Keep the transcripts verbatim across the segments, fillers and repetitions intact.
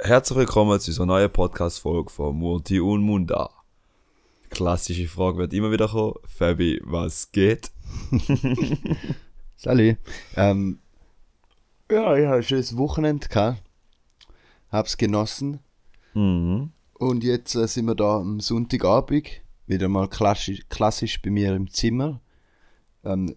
Herzlich willkommen zu unserer neuen Podcast-Folge von Murti und Munda. Klassische Frage wird immer wieder kommen. Fabi, was geht? Salut. Ähm, ja, ich hatte ein schönes Wochenende gehabt. Hab's genossen. Mhm. Und jetzt äh, sind wir da am Sonntagabend. Wieder mal klassisch, klassisch bei mir im Zimmer. Ähm,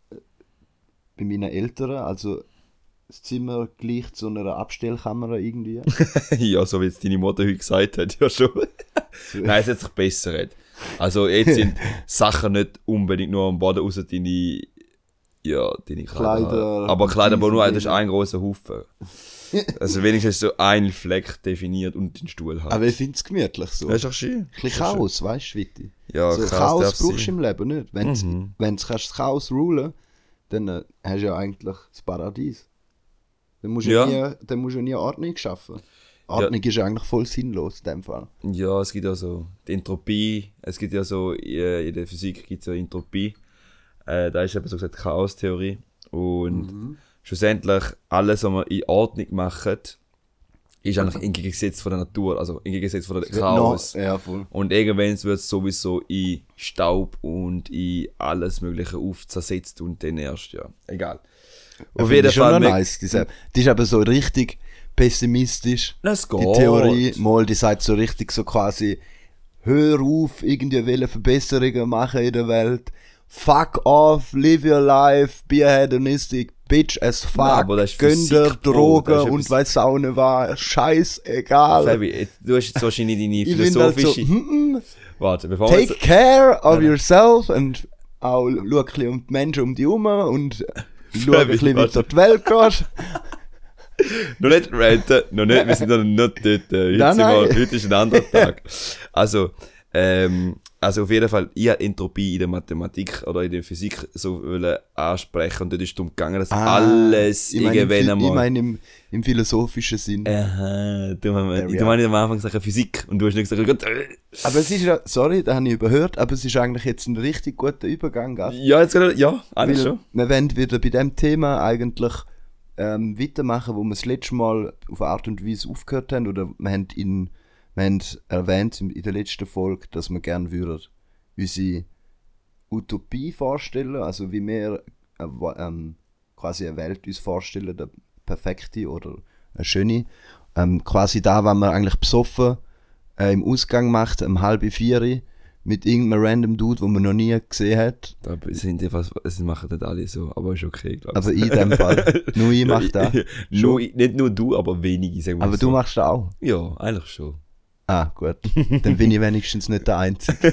bei meinen Eltern. Also das Zimmer gleicht zu einer Abstellkammer irgendwie. Ja, so wie es deine Mutter heute gesagt hat, ja schon. Nein, es hat sich besser. Also jetzt sind Sachen nicht unbedingt nur am Boden, außer deine, ja, deine Kleider. Kleider. Aber Kleider, aber nur, das ist Dinge. ein grosser Haufen. Also wenigstens so ein Fleck definiert und den Stuhl halt. Aber ich finde es gemütlich so. Das ist doch schön. Ein bisschen Chaos, weißt du, Schwitti? Ja, So, krass, Chaos darf brauchst du sein. im Leben nicht. Wenn Mhm. du das Chaos rulen, dann äh, hast du ja eigentlich das Paradies. Dann musst du ja. Ja. nie, dann musst du nie Ordnung schaffen. Ordnung ist ja eigentlich voll sinnlos in dem Fall. Ja, es gibt ja so die Entropie, es gibt ja so, äh, in der Physik gibt es ja Entropie, äh, da ist eben so gesagt Chaostheorie und Mhm. schlussendlich alles, was man in Ordnung macht, ist eigentlich im Gegensatz von der Natur, also im Gegensatz von der Wird Chaos. noch- Ja, voll. Und irgendwann wird es sowieso in Staub und in alles mögliche aufzersetzt und dann erst, ja, egal. Auf jeden Schon Fall, noch me- nice. Die ist, die ist aber so richtig pessimistisch. es geht. Die Theorie, mal, die sagt so richtig so quasi, hör auf, irgendwie wollen Verbesserungen machen in der Welt. Fuck off, live your life, be a hedonistic bitch as fuck. Nein, aber das ist Gönn dir Physik, Bro, Drogen das ist und etwas- weiss auch nicht was. Scheißegal. Fabi, jetzt- du hast jetzt wahrscheinlich deine Ich finde halt so, philosophische... hm, Warte, bevor wir take jetzt... care of Nein. yourself und auch schau ein bisschen um die Menschen um dich herum und schau ein Fabi, bisschen, wie du warte. durch die Welt gehst. Noch nicht ranten, noch nicht, wir sind noch nicht dort. Heute, Nein, sind wir, nein. heute ist ein anderer Tag. Also, ähm, also auf jeden Fall, ich habe Entropie in der Mathematik oder in der Physik so wollen ansprechen und dort ist es darum gegangen, dass Ah, alles ich meine im, irgendwann Phi- ich einmal... mein im, im philosophischen Sinn. Aha, du There meinst we du are. meinst am Anfang gesagt Physik und du hast nicht gesagt... äh, Aber es ist ja, sorry, da habe ich überhört, aber es ist eigentlich jetzt ein richtig guter Übergang. Gell? Ja, jetzt gerade, ja, eigentlich Weil schon. wir wollen wieder bei dem Thema eigentlich ähm, weitermachen, wo wir das letzte Mal auf eine Art und Weise aufgehört haben. Oder wir haben, in, wir haben erwähnt in der letzten Folge, dass wir gerne würden unsere Utopie vorstellen, also wie wir äh, wa- ähm, quasi eine Welt uns vorstellen, eine perfekte oder eine schöne. Ähm, quasi da, was man eigentlich besoffen äh, im Ausgang macht, um halb vier mit irgendeinem random Dude, den man noch nie gesehen hat. Da sind die fast, das machen nicht alle so, aber ist okay, glaube ich. Aber in dem Fall. Nur ich mach das. Nur, nicht nur du, aber wenige, sagen wir Aber so. du machst das auch. Ja, eigentlich schon. Ah, gut. Dann bin ich wenigstens nicht der Einzige.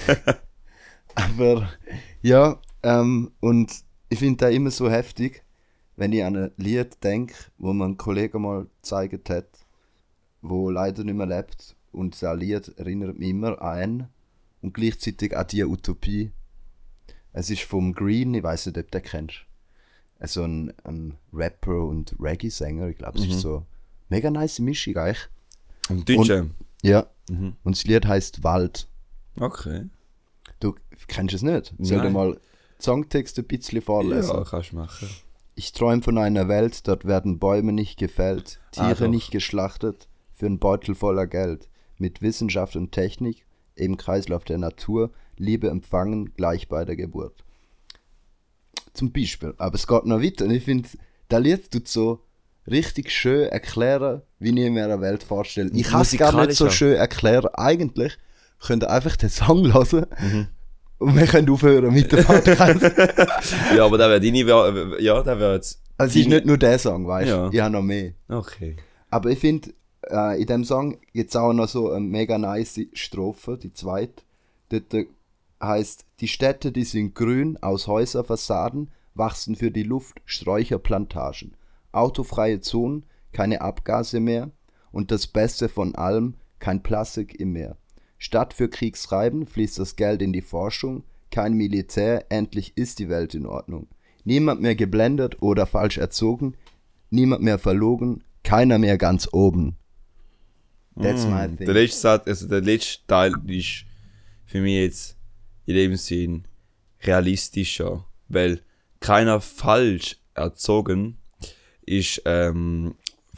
Aber ja, ähm, und ich finde das immer so heftig, wenn ich an ein Lied denke, wo mir ein Kollege mal gezeigt hat, wo leider nicht mehr lebt. Und das Lied erinnert mich immer an ihn und gleichzeitig an die Utopie. Es ist vom Green, ich weiß nicht, ob du den kennst. Also ein, ein Rapper und Reggae-Sänger, ich glaube, es Mhm. ist so mega nice Mischung eigentlich. Im Deutschen? Ja, Mhm. und das Lied heißt Wald. Okay. Du kennst es nicht? Soll dir Nein. mal Songtext ein bisschen vorlesen? Ja, kannst du machen. Ich träume von einer Welt, dort werden Bäume nicht gefällt, Ah, Tiere doch. nicht geschlachtet, für einen Beutel voller Geld. Mit Wissenschaft und Technik, im Kreislauf der Natur, Liebe empfangen, gleich bei der Geburt. Zum Beispiel. Aber es geht noch weiter. Und ich finde, das Lied tut so richtig schön erklären, wie ich mir eine Welt vorstelle. Ich kann es gar nicht so Musikalisch auch. schön erklären. Eigentlich könnt ihr einfach den Song hören Mhm. und wir können aufhören mit dem Podcast. Ja, aber da wäre deine, wär- ja, da wäre jetzt... Also es ist deine- nicht nur der Song, weißt du? Ja. Ich habe noch mehr. Okay. Aber ich finde, äh, in dem Song gibt es auch noch so eine mega nice Strophe, die zweite. Dort äh, heißt, die Städte, die sind grün, aus Häuserfassaden wachsen für die Luft Sträucherplantagen. Autofreie Zonen, keine Abgase mehr und das Beste von allem, kein Plastik im Meer. Statt für Kriegsreiben fließt das Geld in die Forschung, kein Militär, endlich ist die Welt in Ordnung. Niemand mehr geblendet oder falsch erzogen, niemand mehr verlogen, keiner mehr ganz oben. That's my Mm, thing. Der letzte Satz, also der letzte Teil ist für mich jetzt in dem Sinn realistischer, weil keiner falsch erzogen ist ähm,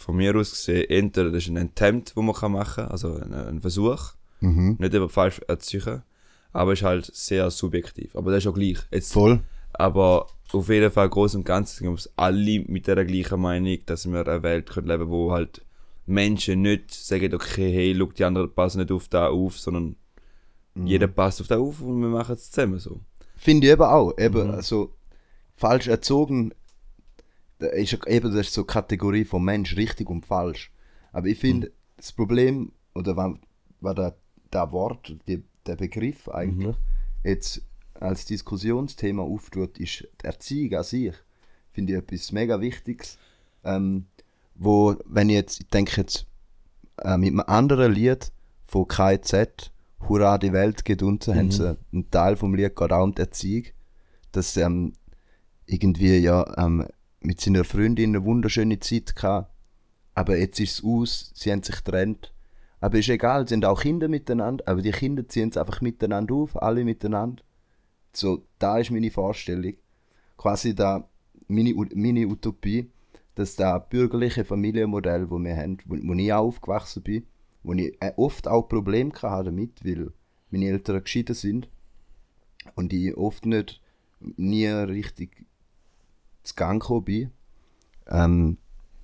von mir aus gesehen, entweder das ist ein Attempt, den man kann machen kann, also ein, ein Versuch, Mhm. nicht über falsch erziehen, aber ist halt sehr subjektiv. Aber das ist auch gleich. Jetzt, Voll. aber auf jeden Fall groß und ganz sind wir uns alle mit der gleichen Meinung, dass wir eine Welt können leben, wo halt Menschen nicht sagen, okay, hey, schau, die anderen passen nicht auf da auf, sondern Mhm. jeder passt auf da auf und wir machen es zusammen so. Finde ich eben auch. Eben, Mhm. also, falsch erzogen, da ist ja eben das ist so die Kategorie von Mensch, richtig und falsch. Aber ich finde, das Problem, oder was, was da, da Wort, die, der Begriff eigentlich, jetzt als Diskussionsthema auftut, ist die Erziehung an sich. Finde ich etwas mega Wichtiges. Ähm, wo, wenn ich jetzt, ich denke jetzt äh, mit einem anderen Lied von K Z, Hurra, die Welt geht unter, haben sie einen Teil vom Lied gerade auch um die Erziehung, dass ähm, irgendwie ja ähm, mit seiner Freundin eine wunderschöne Zeit gehabt, aber jetzt ist es aus, sie haben sich getrennt. Aber ist egal, es sind auch Kinder miteinander, aber die Kinder ziehen es einfach miteinander auf, alle miteinander. So, da ist meine Vorstellung. Quasi da, meine, U- meine Utopie, dass das bürgerliche Familienmodell, das wir haben, wo, wo ich auch aufgewachsen bin, wo ich äh, oft auch Probleme hatte damit, weil meine Eltern geschieden sind und ich oft nicht, nie richtig zu Gang gekommen bin. Ähm,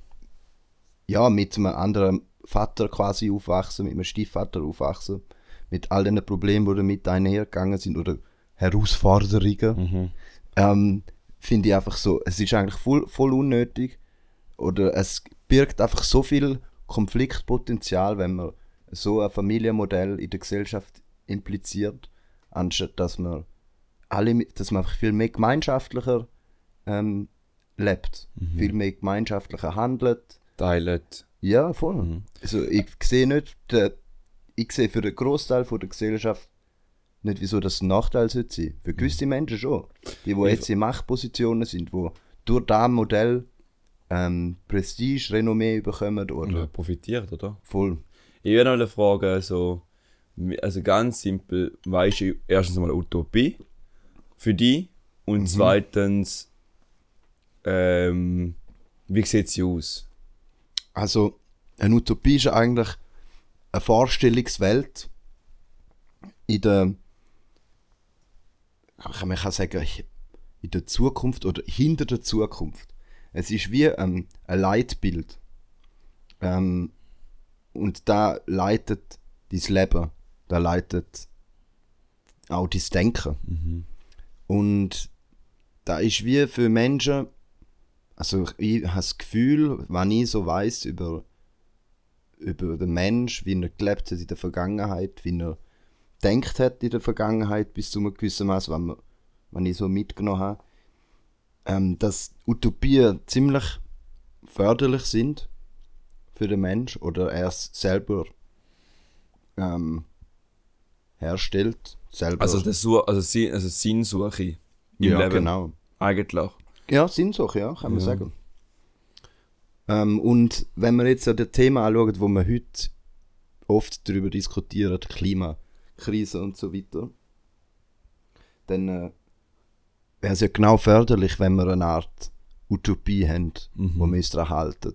ja, mit einem anderen Vater quasi aufwachsen, mit einem Stiefvater aufwachsen, mit all den Problemen, die damit einhergegangen sind oder Herausforderungen, ähm, finde ich einfach so, es ist eigentlich voll, voll unnötig oder es birgt einfach so viel Konfliktpotenzial, wenn man so ein Familienmodell in der Gesellschaft impliziert, anstatt dass man alle, mit- dass man einfach viel mehr gemeinschaftlicher ähm, lebt, viel mehr gemeinschaftlicher handelt. Teilt. Ja, voll. Also ich sehe nicht, der, ich sehe für den Großteil der Gesellschaft nicht, wieso das ein Nachteil sollte sein. Für gewisse Menschen schon. Die, die jetzt in Machtpositionen sind, die durch dieses Modell ähm, Prestige, Renommee bekommen oder Ja, profitiert, oder? voll. Ich würde noch fragen, so, also ganz simpel, was ist erstens mal eine Utopie für dich und zweitens, ähm, wie sieht sie aus? Also eine Utopie ist eigentlich eine Vorstellungswelt in der, man kann sagen, in der Zukunft oder hinter der Zukunft. Es ist wie ähm, ein Leitbild. Ähm, und da leitet dein Leben, da leitet auch dein Denken. Und da ist wie für Menschen, also ich habe das Gefühl, wenn ich so weiss über, über den Mensch, wie er gelebt hat in der Vergangenheit, wie er denkt hat in der Vergangenheit, bis zu einem gewissen Maß, wenn, man- wenn ich so mitgenommen habe, ähm, dass Utopien ziemlich förderlich sind für den Mensch oder er es selber ähm, herstellt. Selber. Also, das Su also, Sin also Sinnsuche im ja, Leben. genau. Eigentlich. Ja, Sinnsuche, ja, kann man Ja. sagen. Ähm, und wenn wir jetzt ja das Thema anschauen, wo wir heute oft darüber diskutieren, die Klimakrise und so weiter, dann äh, wäre es ja genau förderlich, wenn wir eine Art Utopie haben, wo wir uns daran halten.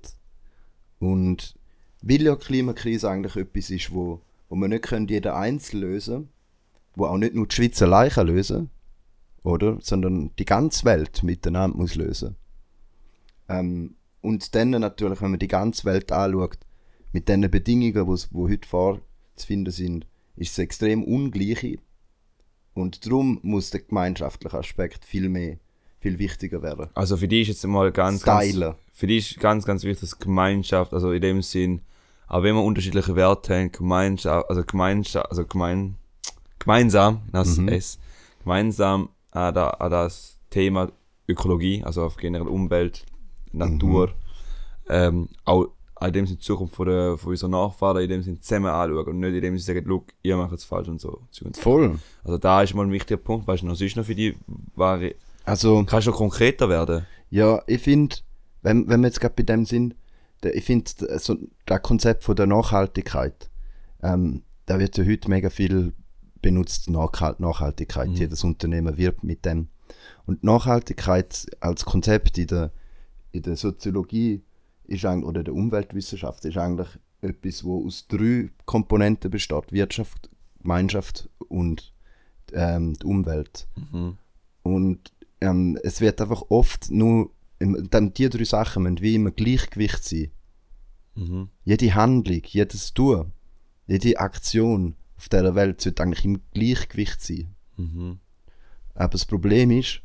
Und weil ja die Klimakrise eigentlich etwas ist, wo, wo wir nicht können jeder einzeln lösen, wo auch nicht nur die Schweiz allein kann lösen, oder? Sondern die ganze Welt miteinander muss lösen. Ähm, und dann natürlich, wenn man die ganze Welt anschaut, mit den Bedingungen, die heute vorzufinden sind, ist es extrem ungleiche. Und darum muss der gemeinschaftliche Aspekt viel mehr, viel wichtiger werden. Also, für dich ist jetzt mal ganz, Stylen. ganz, für dich ist ganz, ganz wichtig, dass Gemeinschaft, also in dem Sinn, auch wenn wir unterschiedliche Werte haben, Gemeinschaft, also Gemeinschaft, also gemein, gemeinsam, das Mhm. S, gemeinsam an, da, an das Thema Ökologie, also auf generell Umwelt, Natur, ähm, auch in dem Sinne die Zukunft von, der, von unserer Nachfahren, in dem Sinne zusammen anschauen und nicht in dem Sinne sagen, look, ihr macht es falsch und so. Voll. Also da ist mal ein wichtiger Punkt, weißt du, was ist noch für die wahre, Also, kannst du noch konkreter werden? ja, ich finde, wenn, wenn wir jetzt gerade bei dem sind, der, ich finde, so, das Konzept von der Nachhaltigkeit, ähm, da wird ja heute mega viel benutzt, Nachhalt, Nachhaltigkeit. Mhm. Jedes Unternehmen wirbt mit dem. Und Nachhaltigkeit als Konzept in der, in der Soziologie ist eigentlich, oder der Umweltwissenschaft ist eigentlich etwas, wo aus drei Komponenten besteht: Wirtschaft, Gemeinschaft und ähm, die Umwelt. Mhm. Und ähm, es wird einfach oft nur, dann die drei Sachen müssen wie immer Gleichgewicht sein. Mhm. Jede Handlung, jedes Tun, jede Aktion auf dieser Welt sollte eigentlich im Gleichgewicht sein. Mhm. Aber das Problem ist,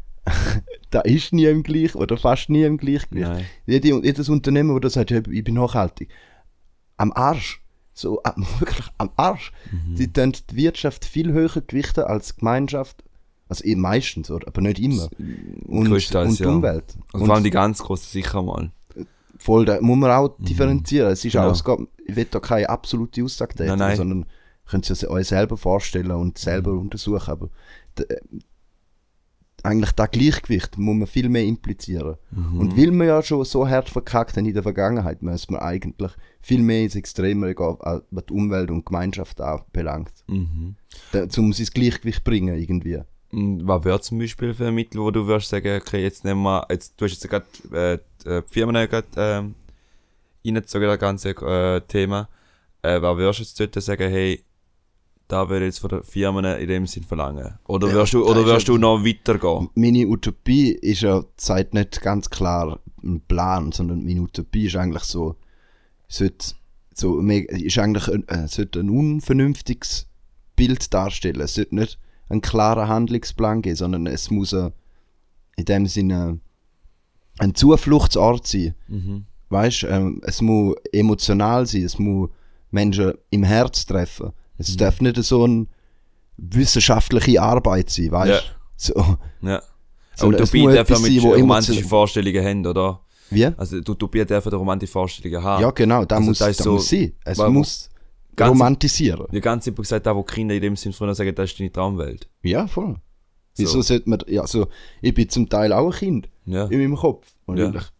da ist nie im Gleich oder fast nie im Gleichgewicht. Nein. Jede, jedes Unternehmen, das sagt, ja, ich bin nachhaltig, am Arsch. So, am, wirklich am Arsch. Mhm. Die tun die Wirtschaft viel höher gewichten als die Gemeinschaft. Also eh meistens, oder? Aber nicht immer. Und, Größtenteils, und die ja. Umwelt. Also und vor allem die ganz großen sicher mal. voll, da muss man auch differenzieren. Es ist Ja. auch, es geht, ich will da keine absolute Aussage tätigen, Nein, nein. sondern könnt ihr es euch selber vorstellen und selber untersuchen. Aber d- äh, eigentlich das Gleichgewicht muss man viel mehr implizieren. Mhm. Und weil wir ja schon so hart verkackt haben in der Vergangenheit, müssen wir eigentlich viel mehr ins Extreme gehen, äh, was die Umwelt und Gemeinschaft anbelangt. Mhm. Da, um es ins Gleichgewicht bringen irgendwie. Und was wäre zum Beispiel für ein Mittel, wo du würdest sagen, okay, jetzt nehmen wir, jetzt, du hast jetzt gerade äh, die äh, Firmen gerade ähm, reingezogen, das ganze äh, Thema. Äh, was würdest du jetzt dort sagen, hey, da würde ich jetzt von den Firmen in dem Sinn verlangen? Oder Ja, wirst du, da oder ist wirst ja- du noch weitergehen? Meine Utopie ist ja, sagt nicht ganz klar ein Plan, sondern meine Utopie ist eigentlich so, sollte, so me- ist eigentlich ein, äh, sollte ein unvernünftiges Bild darstellen. Es sollte nicht einen klaren Handlungsplan geben, sondern es muss äh, in dem Sinne ein Zufluchtsort sein. Mhm. Weißt, ähm, es muss emotional sein, es muss Menschen im Herz treffen. Es Mhm. darf nicht so eine wissenschaftliche Arbeit sein, weißt Ja. so. Ja. So, Und es Utopie muss darf ja etwas mit sein, wo romantischen emotion- Vorstellungen haben, oder? Wie? Also die Utopie darf ja romantische Vorstellungen haben. Ja, genau, da Also muss, das ist da so- muss sein. Es weil- muss ganz- romantisieren. Ja, ganz simpel gesagt, da wo Kinder in dem Sinn früher sagen, das ist deine Traumwelt. Ja, voll. So. Wieso sollte man, ja, so, ich bin zum Teil auch ein Kind Ja. in meinem Kopf. Und Ja. wirklich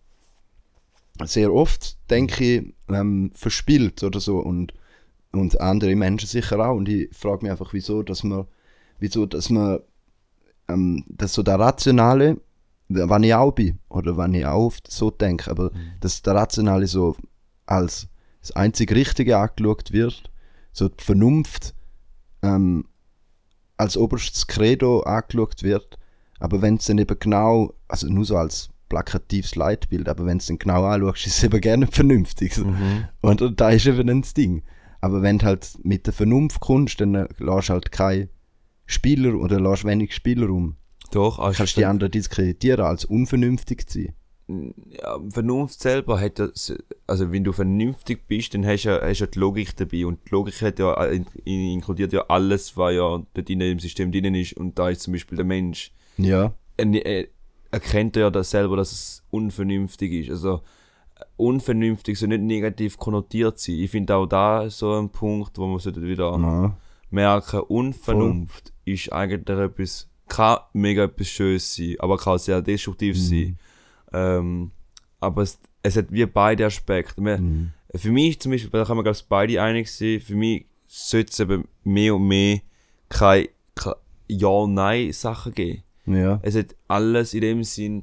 sehr oft denke ich, ähm, verspielt oder so und, und andere Menschen sicher auch. Und ich frage mich einfach, wieso, dass man, wieso, dass man, ähm, dass so der Rationale, wenn ich auch bin, oder wenn ich auch oft so denke, aber dass der Rationale so als das einzig Richtige angeschaut wird, so die Vernunft ähm, als oberstes Credo angeschaut wird, aber wenn es dann eben genau, also nur so als plakatives Leitbild, aber wenn es dann genau anschaust, ist es eben gerne vernünftig. So. Mhm. Und, und da ist eben dann das Ding. Aber wenn du halt mit der Vernunft kommst, dann äh, lässt halt kein Spieler oder lässt wenig Spielraum. Doch, also Kannst die anderen diskreditieren, als unvernünftig zu sein. ja, Vernunft selber hat ja, also wenn du vernünftig bist, dann hast du ja, hast ja die Logik dabei und die Logik hat ja, in, in, inkludiert ja alles, was ja dort in dem System drin ist und da ist zum Beispiel der Mensch. Ja. Er, er erkennt ja das selber, dass es unvernünftig ist. Also unvernünftig soll nicht negativ konnotiert sein. Ich finde auch da so ein Punkt, wo man sollte wieder Ja. merken, Unvernunft ist eigentlich etwas, kann mega etwas Schönes sein, aber kann auch sehr destruktiv sein. Ähm, aber es, es hat wie beide Aspekte. Wir, Mhm. Für mich zum Beispiel, da kann man glaube ich beide einig sein, für mich sollte es eben mehr und mehr keine, keine Ja-Nein-Sachen geben. Ja. Es hat alles in dem Sinn,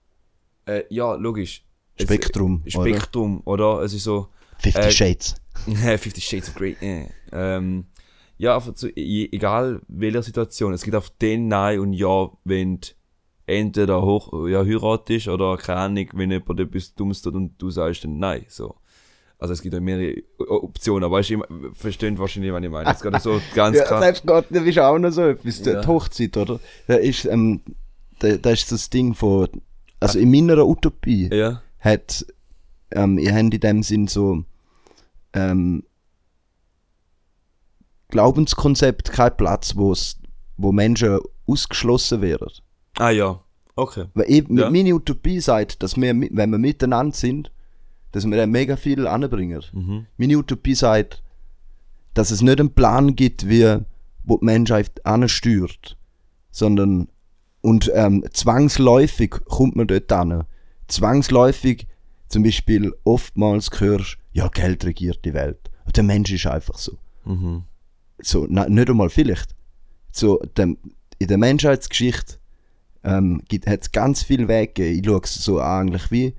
äh, ja, logisch. Es- Spektrum. Spektrum, oder? Es ist so, Oder? Fifty äh, Shades. Fifty Shades of Grey. Äh. Ähm, ja, einfach zu, e- egal welcher Situation. Es gibt auf den Nein und Ja, wenn du entweder hoch, ja, heiratest oder keine Ahnung, wenn jemand etwas Dummes tut und du sagst dann Nein. So. Also es gibt ja mehrere O- Optionen, aber weißt du, ich verstehe wahrscheinlich, was ich meine. Es geht so ganz Ja, klar. selbst Gott, das ist auch noch so etwas. Ja. Die Hochzeit, oder? Da ist, ähm, da, da ist das Ding von, also in meiner Utopie Ja. hat, ähm, ihr habt in dem Sinn so, ähm, Glaubenskonzept keinen Platz, wo's, wo Menschen ausgeschlossen werden. Ah ja, okay. Weil ich, Ja. meine Utopie sagt, dass wir, mit- wenn wir miteinander sind, dass wir dann mega viel anbringen. Mhm. Meine Utopie sagt, dass es nicht einen Plan gibt, wie, wo die Menschheit ansteuert, sondern und ähm, zwangsläufig kommt man dort an. Zwangsläufig, zum Beispiel oftmals hörst du, ja, Geld regiert die Welt. Und der Mensch ist einfach so. Mhm. So, na, nicht einmal vielleicht. So, dem, in der Menschheitsgeschichte ähm, hat es ganz viele Wege gegeben. Ich schaue es so an, eigentlich wie,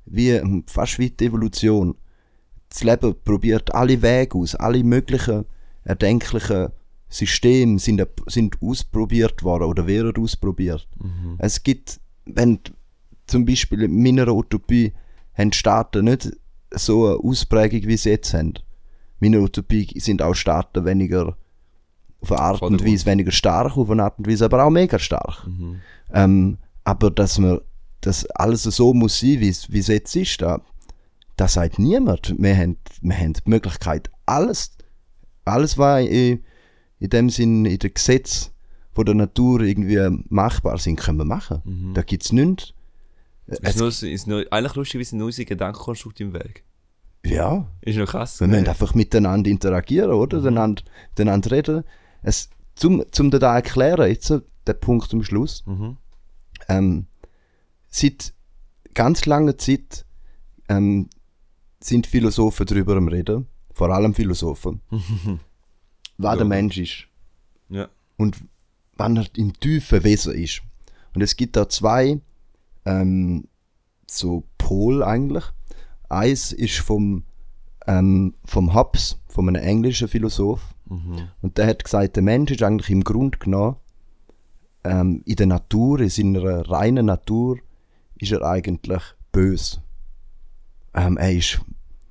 wie ähm, fast wie die Evolution. Das Leben probiert alle Wege aus, alle möglichen erdenklichen Systeme sind, sind ausprobiert worden oder werden ausprobiert. Mhm. Es gibt, wenn zum Beispiel in meiner Utopie haben Staaten nicht so eine Ausprägung, wie sie jetzt haben. In meiner Utopie sind auch Staaten weniger auf eine Art und Weise weniger stark, auf eine Art und Weise aber auch mega stark. Mhm. Ähm, aber dass man das alles so muss sein, wie es jetzt ist, da, das sagt niemand. Wir haben, wir haben die Möglichkeit, alles, alles was in, in dem Sinn in den Gesetzen von der Natur irgendwie machbar sind, können wir machen. Mhm. Da gibt es nichts. Ist nur, ist nur, eigentlich lustig, wie sind unsere Gedankenkonstrukte im Weg. Ja. Ist noch krass. Wir müssen einfach miteinander interagieren, oder? Mhm. Miteinander, miteinander reden. Es, zum, zum das erklären, jetzt der Punkt am Schluss. Mhm. Ähm, seit ganz langer Zeit ähm, sind Philosophen darüber am Reden, vor allem Philosophen, was ja, der Mensch ist. Ja. Und wann er im tiefen Wesen ist. Und es gibt da zwei ähm, so Pol eigentlich. Eins ist vom, ähm, vom Hobbes, von einem englischen Philosoph. Mhm. Und der hat gesagt, der Mensch ist eigentlich im Grunde genommen ähm, in der Natur, in seiner reinen Natur, ist er eigentlich böse. Ähm, er, ist,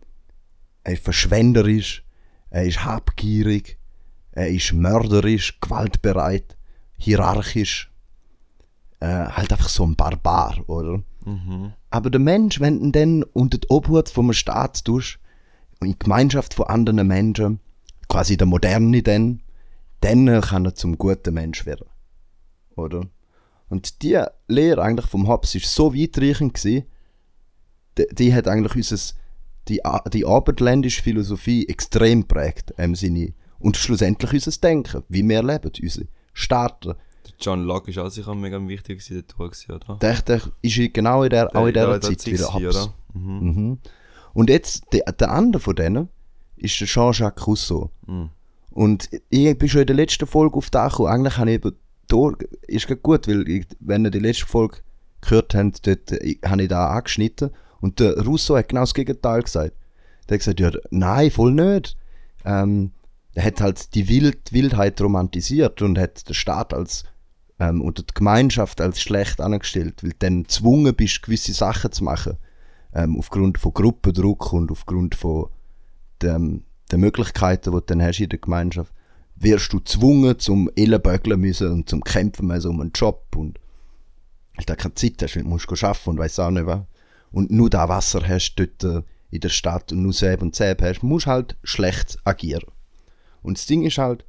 er ist verschwenderisch, er ist habgierig, er ist mörderisch, gewaltbereit, hierarchisch. Äh, halt einfach so ein Barbar, oder? Mhm. Aber der Mensch, wenn du dann unter die Obhut vom Staat tust, in Gemeinschaft von anderen Menschen, quasi der Moderne dann, dann kann er zum guten Mensch werden. Oder? Und die Lehre eigentlich vom Hobbes ist so weitreichend gewesen, die, die hat eigentlich unseres, die, die abendländische Philosophie extrem geprägt, im Sinne, und schlussendlich unser Denken, wie wir leben, unsere Staaten. John Locke ist auch sicher mega wichtig gewesen, der oder? Der, der ist genau in der, der, auch in dieser Zeit wieder Hobbes. Mhm. Mhm. Und jetzt, der, der andere von denen ist der Jean-Jacques Rousseau. Mhm. Und ich bin schon in der letzten Folge auf den gekommen. Eigentlich habe ich eben da, ist gut, weil ich, wenn ihr die letzte Folge gehört habt, dort ich, habe ich da angeschnitten. Und der Rousseau hat genau das Gegenteil gesagt. Der hat gesagt, ja, nein, voll nicht. Ähm, er hat halt die Wild, Wildheit romantisiert und hat den Staat als ähm, und die Gemeinschaft als schlecht angestellt, weil du dann gezwungen bist, gewisse Sachen zu machen. Ähm, aufgrund von Gruppendruck und aufgrund von den, den Möglichkeiten, die du dann hast in der Gemeinschaft, wirst du gezwungen zum Ellenbögeln müssen und zum Kämpfen müssen um einen Job. Und weil du keine Zeit hast, weil du musst arbeiten und weiss auch nicht was. Und nur da Wasser hast dort äh, in der Stadt und nur Säb und Säb hast, musst du halt schlecht agieren. Und das Ding ist halt,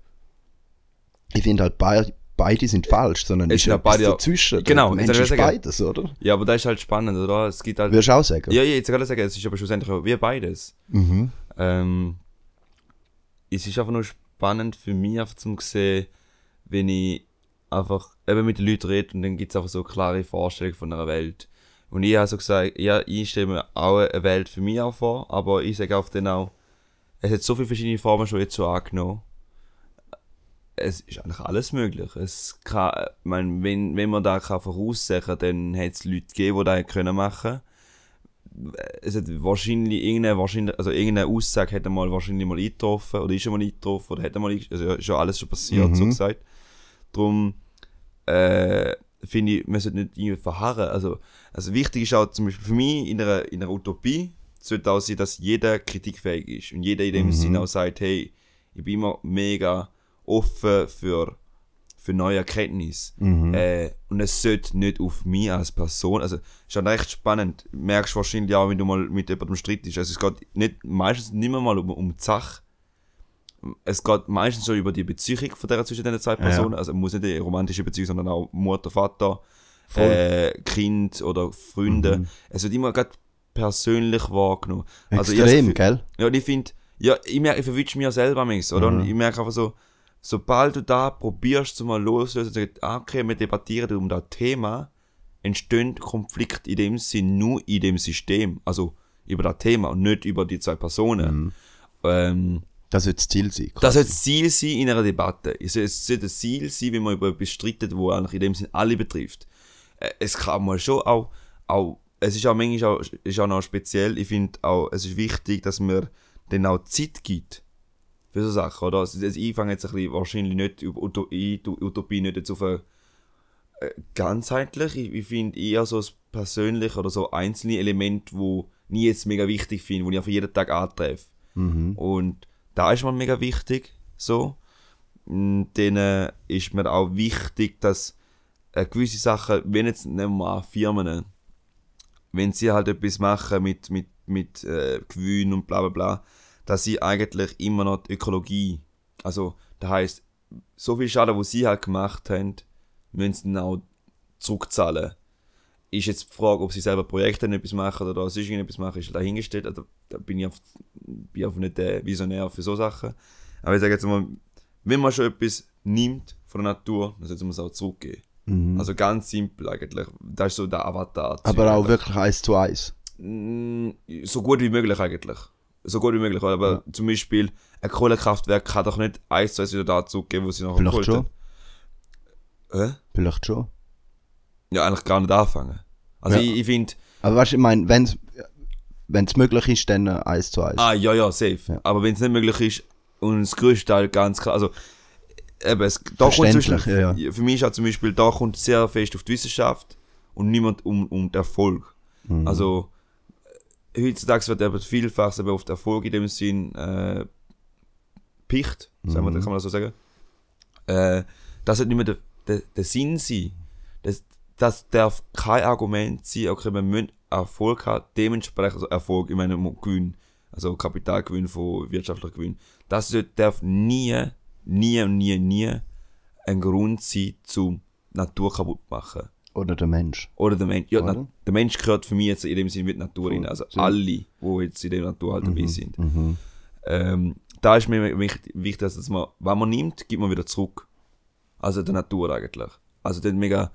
ich finde halt, beide, beide sind falsch, sondern es ist ja beide dazwischen. Genau, der Mensch ist beides, oder? Ja, aber das ist halt spannend, oder? Es gibt halt, würdest du auch sagen? Ja, ja, jetzt gerade sagen, es ist aber schlussendlich auch wie beides. Mhm. Ähm, es ist einfach nur spannend für mich, einfach zu sehen, wenn ich einfach eben mit den Leuten rede und dann gibt es einfach so eine klare Vorstellung von einer Welt. Und ich habe so gesagt, ja, ich stelle mir auch eine Welt für mich auch vor, aber ich sage auch dann auch, es hat so viele verschiedene Formen schon jetzt so angenommen. Es ist eigentlich alles möglich. Es kann, ich meine, wenn, wenn man da kann voraussagen kann, dann hat es Leute gegeben, die das können machen. Es hat wahrscheinlich irgendeine, wahrscheinlich, also irgendeine Aussage hat mal wahrscheinlich mal eingetroffen oder ist schon mal eingetroffen oder hat mal, also ist schon alles schon passiert, mhm. so gesagt. Darum äh, finde ich, man sollte nicht irgendwie verharren. Also, also wichtig ist auch zum Beispiel für mich in einer, in einer Utopie, sollte auch sein, dass jeder kritikfähig ist und jeder in dem mhm. Sinne auch sagt, hey, ich bin immer mega offen für, für neue Erkenntnisse. Mhm. Äh, und es sollte nicht auf mich als Person, also es ist halt recht spannend, du merkst wahrscheinlich auch, wenn du mal mit jemandem streitest, also es geht nicht, meistens nicht mehr mal um, um die Sache, es geht meistens so über die Beziehung von der zwischen den zwei Personen, ja. Also es muss nicht eine romantische Beziehung, sondern auch Mutter, Vater, äh, Kind oder Freunde, mhm. Es wird immer gerade persönlich wahrgenommen. Also extrem, ich, gell? Ja, und ich finde, ja, ich merke, ich verwünsche mir selber nichts, oder? Mhm. Und ich merke einfach so, sobald du da probierst, zu mal loslösen, sagst, ah, okay, wir debattieren um das Thema, entstehen Konflikte in dem Sinn nur in dem System, also über das Thema und nicht über die zwei Personen. Mhm. Ähm, das soll das Ziel sein. Quasi. Das soll das Ziel sein in einer Debatte. Es soll das Ziel sein, wenn man über etwas streitet, wo eigentlich in dem Sinn alle betrifft. Es kann mal schon auch, auch es ist auch manchmal auch, ist auch noch speziell, ich finde auch, es ist wichtig, dass man dann auch Zeit gibt für so Sachen, oder? Also, ich fange jetzt ein bisschen wahrscheinlich nicht, Utopie, Utopie nicht jetzt auf eine äh, ganzheitlich, ich, ich finde eher so das persönliche oder so einzelne Elemente, die ich jetzt mega wichtig finde, die ich auf jeden Tag antreffe. Mhm. Und da ist mir mega wichtig, so. Dann äh, ist mir auch wichtig, dass äh, gewisse Sachen, wenn jetzt nehmen wir mal Firmen, wenn sie halt etwas machen mit, mit, mit äh, Gewinn und bla bla bla, dass sie eigentlich immer noch die Ökologie, also das heisst, so viel Schaden, was sie halt gemacht haben, müssen sie dann auch zurückzahlen. Ist jetzt die Frage, ob sie selber Projekte etwas machen oder sonst irgendetwas machen, ist dahingestellt. Also, da bin ich einfach, bin einfach nicht der Visionär für so Sachen. Aber ich sage jetzt mal, wenn man schon etwas nimmt von der Natur, dann sollte man es auch zurückgeben. Mhm. Also ganz simpel eigentlich. Das ist so der Avatar. Aber auch wirklich eins zu eins. So gut wie möglich eigentlich. So gut wie möglich. Aber ja. Zum Beispiel ein Kohlekraftwerk kann doch nicht eins zu eins wieder da zurückgeben, wo sie noch Vielleicht schon. Äh? Vielleicht schon. Ja, eigentlich gar nicht anfangen. Also ja. ich, ich finde... Aber weißt du, ich meine, wenn es möglich ist, dann eins zu eins. Ah, ja, ja, safe. Ja. Aber wenn es nicht möglich ist, und das größte Teil ganz klar... Also, eben, es, da kommt Verständlich, ja, ja. Für mich ist auch zum Beispiel, da kommt sehr fest auf die Wissenschaft und niemand um, um den Erfolg. Mhm. Also, heutzutage wird eben vielfach eben auf den Erfolg in dem Sinn äh, picht, mhm. sagen wir, kann man das so sagen. Äh, das sollte nicht mehr der, der, der Sinn sein. Das, das darf kein Argument sein, okay, wir müssen Erfolg haben, dementsprechend also Erfolg, ich meine Gewinn, also Kapitalgewinn von wirtschaftlichem Gewinn. Das darf nie, nie und nie, nie ein Grund sein, zum Natur kaputt zu machen. Oder der Mensch. Oder der Mensch. Ja, Oder? Na, der Mensch gehört für mich jetzt in dem Sinne mit Natur rein. Also so. Alle, die jetzt in der Natur halt dabei Mhm. sind. Mhm. Ähm, da ist mir wichtig, wichtig, dass man, was man nimmt, gibt man wieder zurück. Also der Natur eigentlich. Also dann mega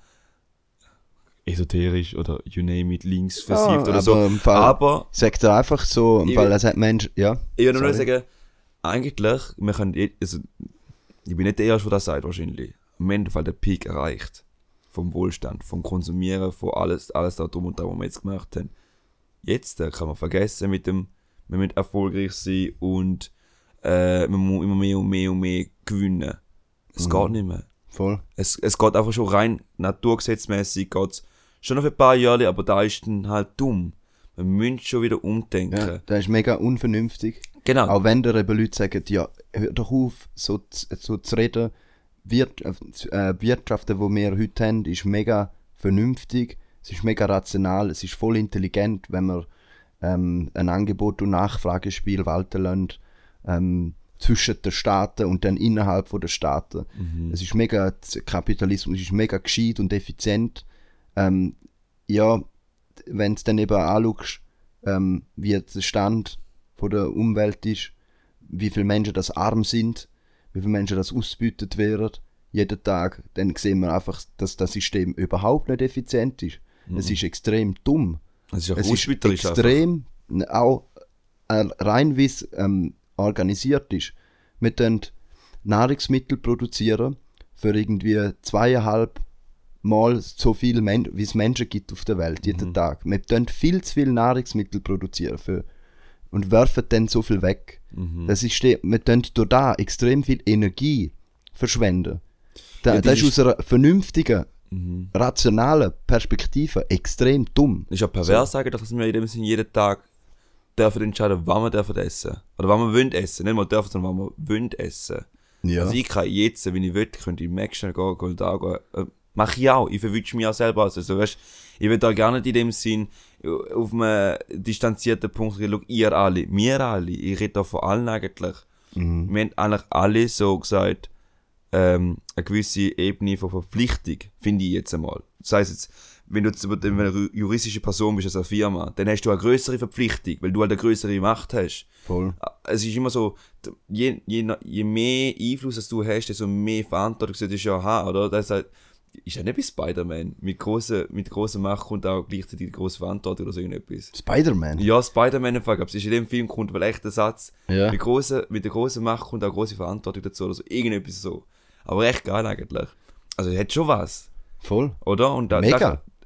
esoterisch oder you name it, links versieft Ja, oder so. aber im Fall- Aber Sagt er einfach so, Ich weil will- er sagt, Mensch, ja. ich würde nur sorry. sagen, eigentlich, wir können, eh- also, ich bin nicht der Erste, der das sagt wahrscheinlich. Am Ende Fall der Peak erreicht. Vom Wohlstand, vom Konsumieren, von alles, alles da drum und dran, was wir jetzt gemacht haben. Jetzt äh, kann man vergessen mit dem, wir müssen erfolgreich sein und äh, man muss immer mehr und mehr und mehr gewinnen. Es Mhm. geht nicht mehr. Voll. Es, es geht einfach schon rein naturgesetzmäßig, geht's schon noch für ein paar Jahre, aber da ist dann halt dumm. Wir müssen schon wieder umdenken. Ja, das ist mega unvernünftig. Genau. Auch wenn da eben Leute sagen, ja, hör doch auf, so, zu- so zu reden. Wirt, äh, Wirtschaften, die wir heute haben, ist mega vernünftig, es ist mega rational, es ist voll intelligent, wenn man ähm, ein Angebot- und Nachfragespiel walten lässt, ähm, zwischen den Staaten und dann innerhalb der Staaten. Mhm. Es ist mega, Kapitalismus ist mega gescheit und effizient. Ähm, ja, wenn du dann eben anschaust, ähm, wie der Stand von der Umwelt ist, wie viele Menschen das arm sind, wie viele Menschen das ausgebeutet werden, jeden Tag, dann sehen wir einfach, dass das System überhaupt nicht effizient ist. Mhm. Es ist extrem dumm. Es ist auch Es ist ausbeuterisch einfach. extrem, auch äh, rein wie es ähm, organisiert ist. Wir können Nahrungsmittel produzieren für irgendwie zweieinhalb Mal so viel, Men- wie es Menschen gibt auf der Welt, jeden Mhm. Tag. Wir können viel zu viel Nahrungsmittel produzieren für, und werfen dann so viel weg. Mhm. Das ist, wir können durch da extrem viel Energie verschwenden. Da, Ja, das das ist aus einer vernünftigen, Mhm. rationalen Perspektive extrem dumm. Ist ja pervers, sagen, dass wir in dem Sinne jeden Tag dürfen entscheiden, wann wir dürfen essen. Oder wann wir wollen essen. Nicht mal dürfen, sondern wann wir wollen essen. Ja. Also ich kann jetzt, wenn ich will, könnte ich im Mac schnell gehen, gehen da gehen. Äh, mach ich auch. Ich verwünsche mich auch selber. Also, weißt, ich will da gar nicht in dem Sinn auf einem distanzierten Punkt reden. Schau, ihr alle, wir alle. Ich rede da von allen eigentlich. Mhm. Wir haben eigentlich alle so gesagt, ähm, eine gewisse Ebene von Verpflichtung, finde ich jetzt einmal. Das heisst jetzt, wenn du jetzt wenn du eine juristische Person bist, als eine Firma, dann hast du eine größere Verpflichtung, weil du halt eine größere Macht hast. Voll. Es ist immer so, je, je, je mehr Einfluss als du hast, desto mehr Verantwortung solltest du ja haben, oder? Das heißt, ist ja nicht wie Spider-Man. Mit grosser mit grosser Macht kommt auch gleichzeitig grosse Verantwortung oder so irgendetwas. Spider-Man? Ja, Spider-Man einfach, aber es ist in dem Film kommt weil echt der Satz, Ja. mit, grosser, mit der grossen Macht kommt auch grosse Verantwortung dazu oder so, irgendetwas so. Aber echt geil eigentlich. Also, es hat schon was, Voll. oder? Und da, Mega. Da,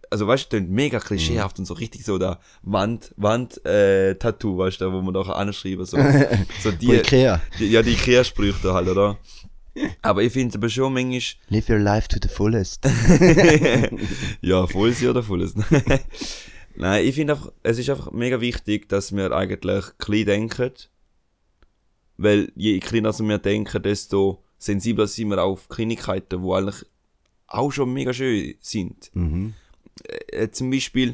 also weißt du, das klingt mega klischeehaft mhm. und so richtig so da Wand, Wand, äh, Tattoo, weißt du, wo man da anschreiben so, so die, Ikea. die, ja, die Ikea-Sprüche halt, oder? Aber ich finde aber schon manchmal... Live your life to the fullest. Ja, voll sie oder volles. Nein, ich finde einfach, es ist einfach mega wichtig, dass wir eigentlich klein denken. Weil je kleiner wir denken, desto sensibler sind wir auf Kleinigkeiten, die eigentlich auch schon mega schön sind. Mhm. Äh, zum Beispiel,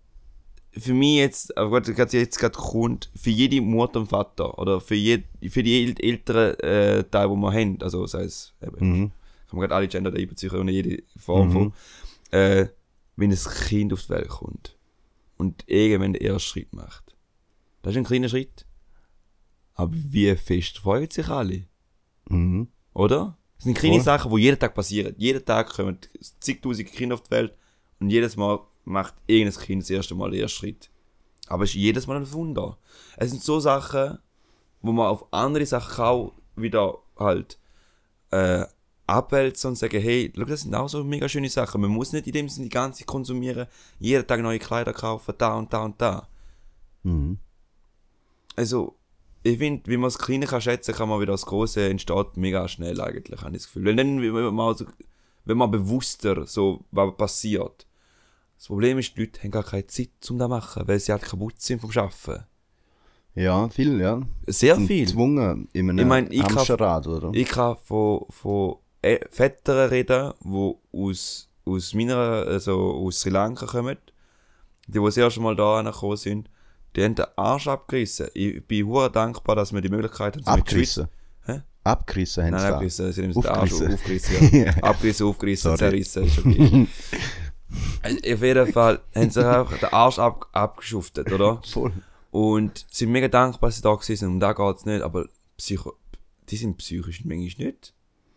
für mich jetzt, aber gerade jetzt gerade kommt, für jede Mutter und Vater oder für, jed, für die äl älteren äh, Teile, die wir haben, also sei es, eben, Mhm. kann man gerade alle Gender einbeziehen und jede Form Mhm. von, äh, wenn ein Kind auf die Welt kommt und irgendwann den ersten Schritt macht. Das ist ein kleiner Schritt. Aber wie fest freuen sich alle? Mhm. Oder? Das sind kleine Voll. Sachen, die jeden Tag passieren. Jeden Tag kommen zigtausende Kinder auf die Welt und jedes Mal macht irgendein Kind das erste Mal den ersten Schritt. Aber es ist jedes Mal ein Wunder. Es sind so Sachen, wo man auf andere Sachen auch wieder halt äh, abwälzen und sagen, hey, schau, das sind auch so mega schöne Sachen. Man muss nicht in dem Sinne die ganze Zeit konsumieren, jeden Tag neue Kleider kaufen, da und da und da. Mhm. Also, ich finde, wie man das Kleine kann schätzen, kann man wieder das Große entsteht mega schnell eigentlich, habe ich das Gefühl. Weil dann, wenn man, also, wenn man bewusster so, was passiert. Das Problem ist, die Leute haben gar keine Zeit, um das zu machen, weil sie halt kaputt sind vom Arbeiten. Ja, viel, ja. Sehr Sind viel. gezwungen in einem Ich mein, ich kann- Hamsterrad, oder? Ich kann von, von äh, Vätern reden, die aus, aus meiner, also aus Sri Lanka kommen, die, die das erste Mal da gekommen sind, die haben den Arsch abgerissen. Ich bin hure dankbar, dass wir die Möglichkeit haben, mit Abgerissen. Hä? Abgerissen haben Nein, sie nein, da. abgerissen, sie haben den Arsch Aufgerissen. aufgerissen. Ja. Abgerissen, aufgerissen, Sorry. zerrissen, ist okay. Also, auf jeden Fall haben sie einfach den Arsch ab, abgeschuftet, oder? Voll. Und sind mega dankbar, dass sie da waren. Um da geht es nicht, aber Psycho die sind psychisch manchmal nicht.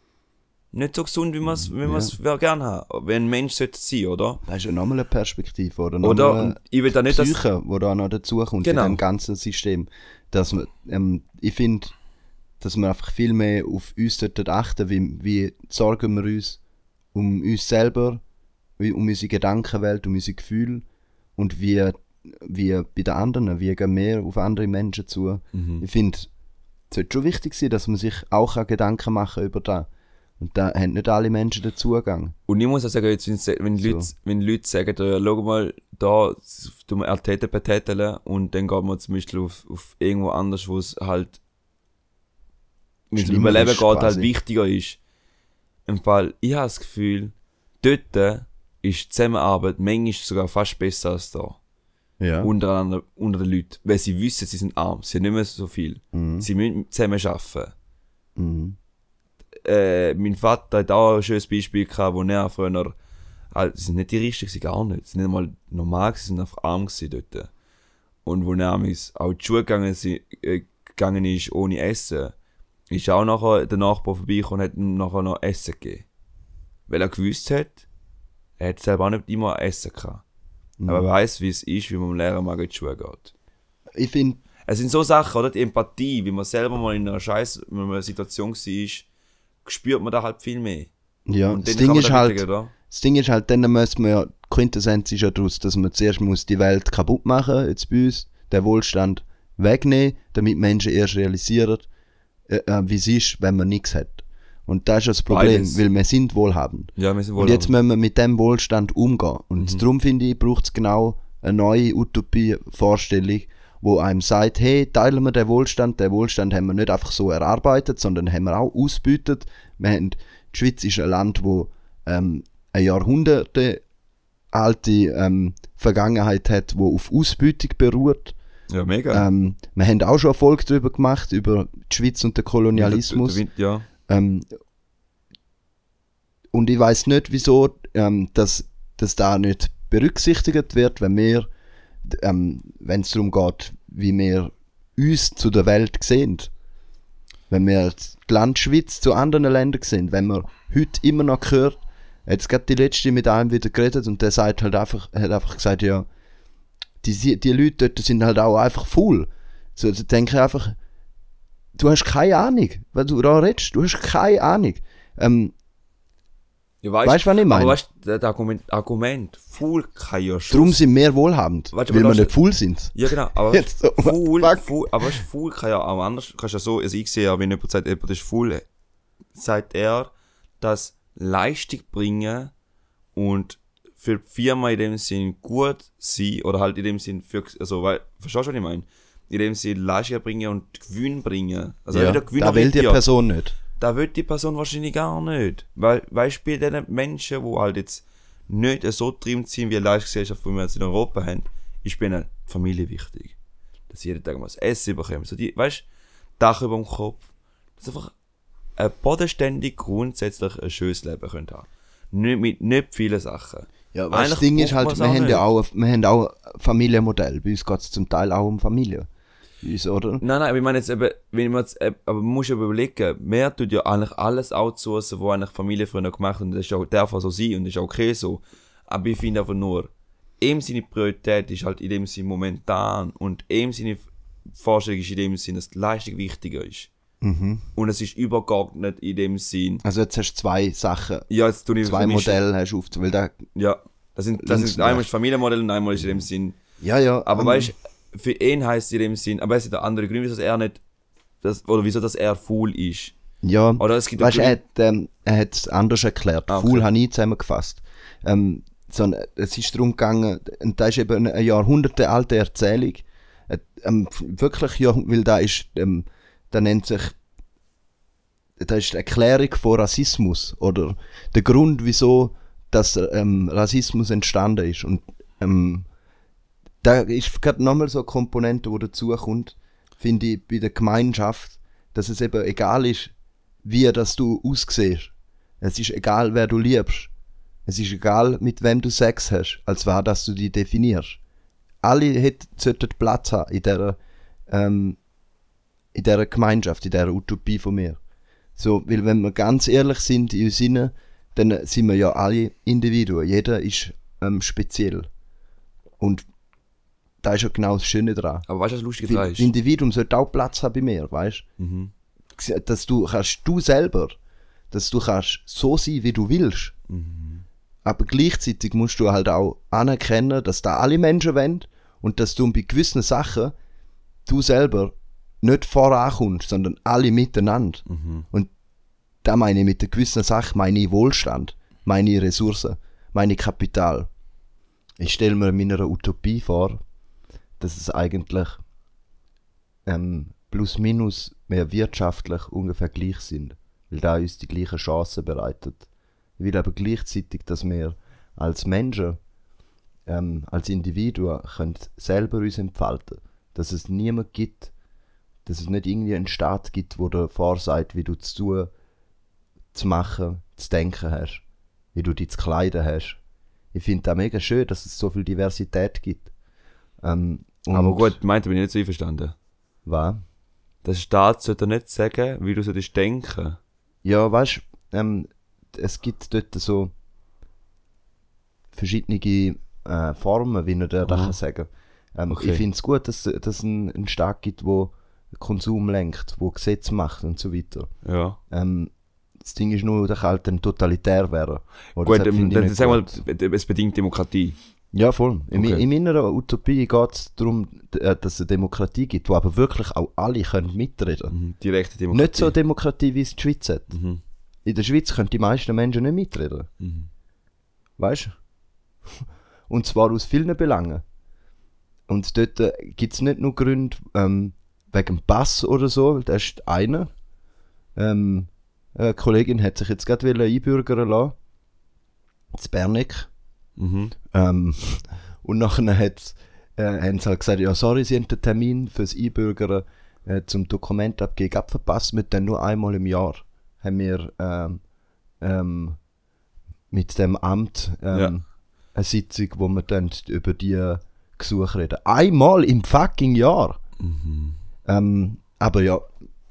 Nicht so gesund, wie man es wie man's ja. gerne haben. Wie ein Mensch sollte sein, oder? Das ist ja nochmal eine Perspektive, oder? Oder? Nochmal Und ich will da nicht, dass... Psyche, die da noch dazukommt Genau. in dem ganzen System. Dass man, ähm, ich finde, dass wir einfach viel mehr auf uns dort achten, wie, wie sorgen wir uns um uns selber, wie, um unsere Gedankenwelt, um unsere Gefühle und wie, wie bei den anderen, wie gehen wir auf andere Menschen zu. Mhm. Ich finde, es sollte schon wichtig sein, dass man sich auch Gedanken machen über das. Und da haben nicht alle Menschen den Zugang. Und ich muss auch sagen, jetzt, wenn, sie- wenn, So. Leute, wenn Leute sagen, ja, schau mal, da tun wir Altete betäteln und dann geht man zum Beispiel auf, auf irgendwo anders, wo es halt, wenn es um Schlimmer Überleben ist, geht, halt quasi. wichtiger ist. Im Fall, ich habe das Gefühl, dort ist die Zusammenarbeit manchmal sogar fast besser als da. Ja. Untereinander, unter den Leuten. Weil sie wissen, sie sind arm, sie haben nicht mehr so viel. Mhm. Sie müssen zusammen arbeiten. Mhm. Äh, mein Vater hat auch ein schönes Beispiel gehabt, wo er früher, also, sie sind nicht die Reichsten gewesen, gar nicht. Sie sind nicht mal normal gewesen, sie sind einfach arm gewesen dort. Und wo er amigs auch in die Schule gegangen, si- äh, gegangen ist, ohne Essen, ist auch nachher der Nachbar vorbeigekommen und hat ihm nachher noch Essen gegeben. Weil er gewusst hat, er hat selber auch nicht immer Essen gehabt. Mhm. Aber er weiss, wie es ist, wie man dem Lehrer mal in die Schule geht. Ich finde, Es sind so Sachen, oder? Die Empathie, wie man selber mal in einer scheiß in einer Situation war, spürt man da halt viel mehr. ja, Und das dann Ding kann man ist da halt, weitergehen, oder? das Ding ist halt, dann muss man ja, die Quintessenz ist ja daraus, dass man zuerst muss die Welt kaputt machen, jetzt bei uns, den Wohlstand wegnehmen, damit Menschen erst realisieren, äh, äh, wie es ist, wenn man nichts hat. Und das ist ja das Problem, Beides. weil wir sind wohlhabend. Ja, wir sind wohl. Und jetzt müssen wir mit dem Wohlstand umgehen. Und Mhm. darum finde ich, braucht es genau eine neue Utopie-Vorstellung, wo einem sagt, hey, teilen wir den Wohlstand. Den Wohlstand haben wir nicht einfach so erarbeitet, sondern haben wir auch ausgebeutet. Wir haben, die Schweiz ist ein Land, wo ähm, eine Jahrhunderte alte ähm, Vergangenheit hat, wo auf Ausbeutung beruht. ja, mega. Ähm, wir haben auch schon Erfolg darüber gemacht, über die Schweiz und den Kolonialismus. Der- der- der Wind- Ja. Ähm, und ich weiß nicht, wieso ähm, dass das da nicht berücksichtigt wird, wenn wir, ähm, wenn es darum geht, wie wir uns zu der Welt sehen. Wenn wir das Land Schweiz zu anderen Ländern sehen, wenn man heute immer noch hört, jetzt gerade die letzte mit einem wieder geredet und der sagt halt einfach, hat einfach gesagt, ja, die, die Leute dort sind halt auch einfach faul. So, da denke ich einfach, du hast keine Ahnung, weil du da redest, du hast keine Ahnung. Ähm, Ja, weißt, weißt du, was ich meine? Aber weißt du, das Argument, Argument, faul kann ja schon... Darum sind wir wohlhabend, Weißt du, weil aber wir das- nicht faul sind. Ja, genau, aber Jetzt so, faul, fuck. faul, aber weißt, du, faul kann ja auch anders, kannst ja so, also ich sehe ja, wenn jemand sagt, jemand ist faul, sagt er, dass Leistung bringen und für die Firma in dem Sinn gut sein, oder halt in dem Sinn für, also, weil, verstehst du, was ich meine? In dem Sinn Leistung bringen und Gewinn bringen. Also, Ja, wieder Gewinn da will die orientiert. Person nicht. Da will die Person wahrscheinlich gar nicht. Weil, weißt du, bei den Menschen, die halt jetzt nicht so drin sind wie eine Leistungsgesellschaft, wie wir jetzt in Europa haben, ist bei ihnen die Familie wichtig. Dass sie jeden Tag mal das Essen bekommen. So die, weißt du, Dach über dem Kopf. Dass einfach ein bodenständig grundsätzlich ein schönes Leben können haben. Nicht mit nicht vielen Sachen. Ja, weißt, das Eigentlich Ding ist braucht halt, man's wir auch haben, nicht. ja auch, wir haben auch ein Familienmodell. Bei uns geht es zum Teil auch um Familie. Bei uns, oder? Nein, nein, aber ich meine jetzt eben, wenn man jetzt, eben- aber man muss ja überlegen, mehr tut ja eigentlich alles outsourcen, was eigentlich Familie früher noch gemacht hat, und das ist ja, darf auch so sein und das ist auch okay so. Aber ich finde einfach nur, ihm seine Priorität ist halt in dem Sinn momentan und ihm seine Vorstellung ist in dem Sinn, dass die Leistung wichtiger ist. Mhm. Und es ist übergeordnet in dem Sinn. Also jetzt hast du zwei Sachen, Ja, jetzt tue ich zwei vermischen. Modelle hast du auf, weil da, Ja, das sind, das Links sind und einmal rechts. das Familienmodell und einmal ist in dem Sinn. ja, ja. Aber ähm, weißt du, für ihn heisst es in dem Sinn, aber es sind andere Gründe, wieso er nicht, das, oder wieso dass er faul ist. Ja, Oder es gibt weißt du, auch er hat ähm, er hat es anders erklärt. Ah, okay. Full habe ich zusammengefasst. Ähm, so, ein- es ist darum gegangen, und da ist eben eine jahrhundertealte Erzählung. Äh, ähm, wirklich, ja, weil da ist, ähm, da nennt sich, da ist die Erklärung von Rassismus oder der Grund, wieso dass ähm, Rassismus entstanden ist. Und ähm, da ist gerade nochmal so eine Komponente, die dazukommt, finde ich, bei der Gemeinschaft, dass es eben egal ist, wie das du aussiehst. Es ist egal, wer du liebst. Es ist egal, mit wem du Sex hast, als war, dass du dich definierst. Alle hätt- sollten Platz haben in dieser, ähm, in dieser Gemeinschaft, in dieser Utopie von mir. So, weil wenn wir ganz ehrlich sind in uns innen, dann sind wir ja alle Individuen. Jeder ist ähm, speziell. Und da ist ja genau das Schöne dran. Aber weißt du, was lustig Das dran ist? Individuum sollte auch Platz haben bei mir, weißt Mhm. du? Dass du kannst, du selber, dass du kannst so sein, wie du willst. Mhm. Aber gleichzeitig musst du halt auch anerkennen, dass da alle Menschen wollen und dass du bei gewissen Sachen du selber nicht vorankommst, sondern alle miteinander. Mhm. Und da meine ich mit der gewissen Sache, meine ich Wohlstand, meine Ressourcen, meine Kapital. Ich stelle mir in meiner Utopie vor, dass es eigentlich ähm, plus minus mehr wirtschaftlich ungefähr gleich sind, weil da uns die gleichen Chancen bereitet. Ich will aber gleichzeitig, dass wir als Menschen, ähm, als Individuen können selber uns entfalten, dass es niemand gibt, dass es nicht irgendwie einen Staat gibt, wo dir vorsagt, wie du zu tun, zu machen, zu denken hast, wie du dich zu kleiden hast. Ich finde das mega schön, dass es so viel Diversität gibt. Ähm, und Aber gut, meinte bin ich nicht so einverstanden. Was? Der Staat sollte nicht sagen, wie du solltest denken. Ja, weißt du, ähm, es gibt dort so verschiedene äh, Formen, wie man da Aha. kann sagen ähm, Okay. Ich finde es gut, dass es einen, einen Staat gibt, der Konsum lenkt, der Gesetze macht und so weiter. Ja. Ähm, das Ding ist nur, der kann halt dann totalitär werden. Oder Gut, das ähm, finde ich dann nicht sag mal, gut. es bedingt Demokratie. Ja, voll. In, mi- Okay. in meiner Utopie geht es darum, d- äh, dass es eine Demokratie gibt, wo aber wirklich auch alle können mitreden Mhm. Direkte Demokratie. Nicht so eine Demokratie, wie es die Schweiz hat. Mhm. In der Schweiz können die meisten Menschen nicht mitreden. Mhm. Weißt du? Und zwar aus vielen Belangen. Und dort äh, gibt es nicht nur Gründe ähm, wegen dem Pass oder so, das ist einer. Ähm, eine Kollegin hat sich jetzt gerade einbürgern lassen. Das Bernick. Mhm. Ähm, und nachher hat, äh, haben sie halt gesagt, ja sorry, sie haben den Termin fürs Einbürgern äh, zum Dokument abgeben abverpasst, mit dann nur einmal im Jahr haben wir ähm, ähm, mit dem Amt ähm, Ja. eine Sitzung, wo wir dann über die Gesuche reden. Einmal im fucking Jahr! Mhm. Ähm, aber ja,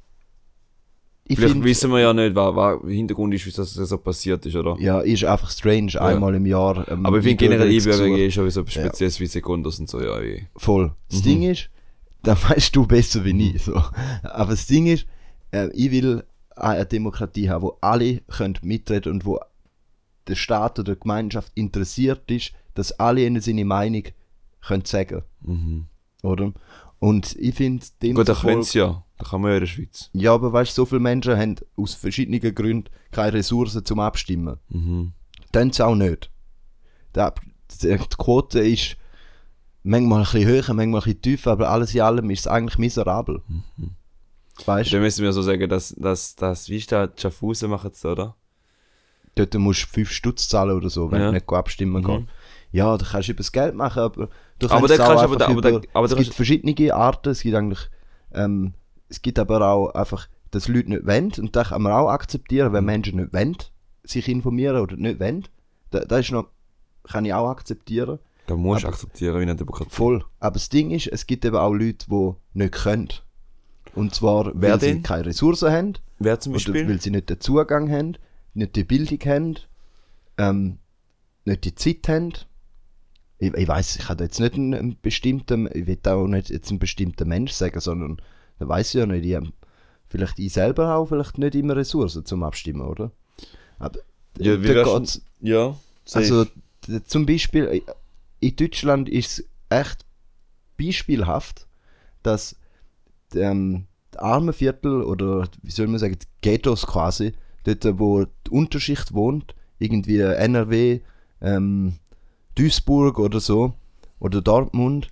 ich Vielleicht finde, wissen wir ja nicht, was, was der Hintergrund ist, wie das so passiert ist, oder? ja, ist einfach strange, einmal im Jahr. Ähm, Aber ich finde generell Einbürgerungsgesuch. Einbürgerung ist schon so spezielles wie Sekundos und so, ja. eh. Voll. Das Mhm. Ding ist, da weißt du besser wie ich. So. Aber das Ding ist, äh, ich will eine Demokratie haben, wo alle können mitreden und wo der Staat oder die Gemeinschaft interessiert ist, dass alle ihnen seine Meinung können sagen. Mhm. Oder? Und ich finde, dem Gut, da zufolge- können sie ja. Da kann man ja in der Schweiz. Ja, aber weißt du, so viele Menschen haben aus verschiedenen Gründen keine Ressourcen zum Abstimmen. Mhm. Dann sie auch nicht. Die, die Quote ist manchmal ein bisschen höher, manchmal ein bisschen tiefer, aber alles in allem ist es eigentlich miserabel. Mhm. Weißt du? Dann müssen wir so sagen, dass, dass, dass wie ist das, Schaffhausen machen es, oder? Dort musst du fünf Stutz zahlen oder so, wenn Ja. du nicht abstimmen Mhm. kannst. Ja, da kannst du über das Geld machen, aber du Aber kannst da auch kannst du einfach aber da- aber da- über, aber es da gibt kannst- verschiedene Arten, es gibt eigentlich, ähm, es gibt aber auch einfach, dass Leute nicht wollen, und das kann man auch akzeptieren, wenn Menschen nicht wollen, sich informieren oder nicht wollen. Da, das ist noch, kann ich auch akzeptieren, Da musst du Aber- akzeptieren, wie eine Demokratie. voll. Aber das Ding ist, es gibt eben auch Leute, die nicht können. Und zwar, Wer weil sie denn? keine Ressourcen haben, Wer zum oder Beispiel? weil sie nicht den Zugang haben, nicht die Bildung haben, ähm, nicht die Zeit haben. Ich, ich weiss, ich habe jetzt nicht einen, einen bestimmten, ich will auch nicht jetzt einen bestimmten Mensch sagen, sondern da weiss ich ja nicht, ich habe vielleicht ich selber auch vielleicht nicht immer Ressourcen zum Abstimmen, oder? Aber Ja, wie da wär's- geht's- Ja, also d- zum Beispiel äh, in Deutschland ist es echt beispielhaft, dass ähm, die Armenviertel oder wie soll man sagen, die Ghettos quasi, dort wo die Unterschicht wohnt, irgendwie N R W, ähm, Duisburg oder so, oder Dortmund,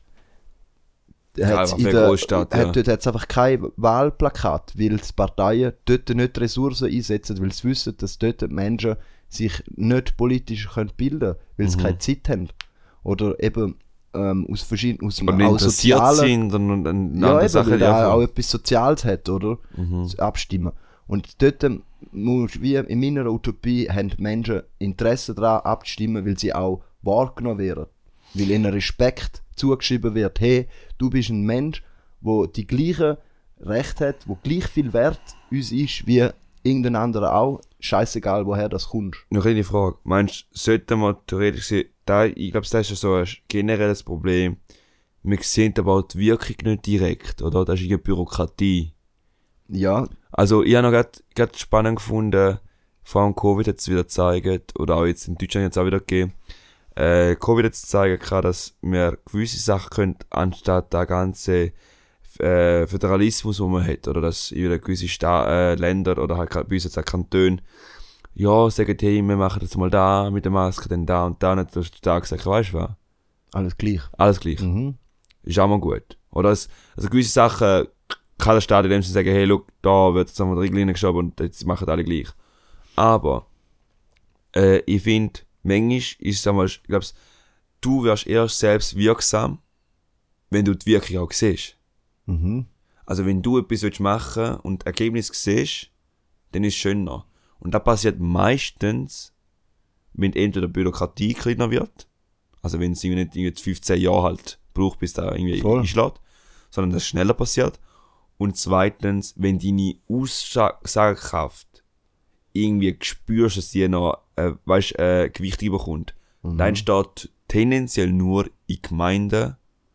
Ja, hat's einfach in eine der- Großstadt, ja. hat dort hat's einfach kein Wahlplakat, weil die Parteien dort nicht Ressourcen einsetzen, weil sie wissen, dass dort die Menschen sich nicht politisch können bilden können, weil sie Mhm. keine Zeit haben. Oder eben ähm, aus verschiedenen, aus Und nicht auch interessiert sozialen- sind und, und eine ja, andere eben, Sache. weil die er auch auch- etwas Soziales hat, oder? Mhm. Zu Abstimmen. Und dort ähm, muss, wie in meiner Utopie, haben die Menschen Interesse daran abzustimmen, weil sie auch wahrgenommen werden. Weil ihnen Respekt zugeschrieben wird. Hey, du bist ein Mensch, der die gleichen Rechte hat, wo gleich viel Wert uns ist, wie irgendein anderer auch. Scheißegal, woher das kommt. Noch eine Frage. Meinst du, sollte man theoretisch sehen, da, ich glaube, das ist ja so ein generelles Problem. Wir sehen aber auch die Wirkung nicht direkt, oder? Das ist eine Bürokratie. Ja, Also, ich habe noch gerade spannend gefunden, vor allem Covid hat es wieder gezeigt, oder auch jetzt in Deutschland jetzt auch wieder gegeben. Äh, Covid hat es gezeigt, dass wir gewisse Sachen können, anstatt der ganze äh, Föderalismus, den man hat, oder dass über gewisse Sta äh, Länder oder halt gerade bei uns jetzt auch Kantone, ja, sagen, hey, wir machen jetzt mal da mit der Maske, dann da und da, und dann hast du da gesagt, weißt du was? alles gleich. Alles gleich. Mhm. Ist auch mal gut. Oder? Es, also gewisse Sachen kann der Staat in dem Sinne sagen, hey, look, da wird jetzt einmal die Regel hineingeschoben und jetzt machen alle gleich. Aber äh, ich finde, manchmal ist es einmal, ich glaube, du wirst erst selbst wirksam, wenn du die Wirkung auch siehst. Mhm. Also wenn du etwas willst machen und Ergebnis siehst, dann ist es schöner. Und das passiert meistens, wenn entweder die Bürokratie kleiner wird, also wenn es irgendwie nicht irgendwie fünfzehn Jahre halt braucht, bis da irgendwie Voll. einschlägt, sondern das schneller passiert. Und zweitens, wenn deine Aussagekraft irgendwie spürst, dass die noch äh, weißt, äh, Gewicht überkommt, Mhm. dann entsteht tendenziell nur in Gemeinden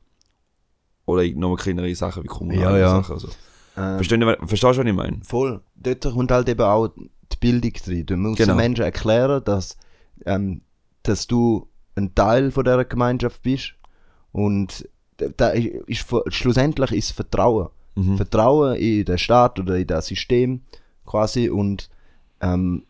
oder in noch kleinere Sachen wie kommunale Ja, ja. Sachen. Also. Ähm, Verstehst du, verstehst du, was ich meine? Voll. Dort kommt halt eben auch die Bildung drin. Du musst Genau. den Menschen erklären, dass, ähm, dass du ein Teil von dieser Gemeinschaft bist. Und da ist, schlussendlich ist Vertrauen. Mhm. Vertrauen in den Staat oder in das System quasi. Und ähm,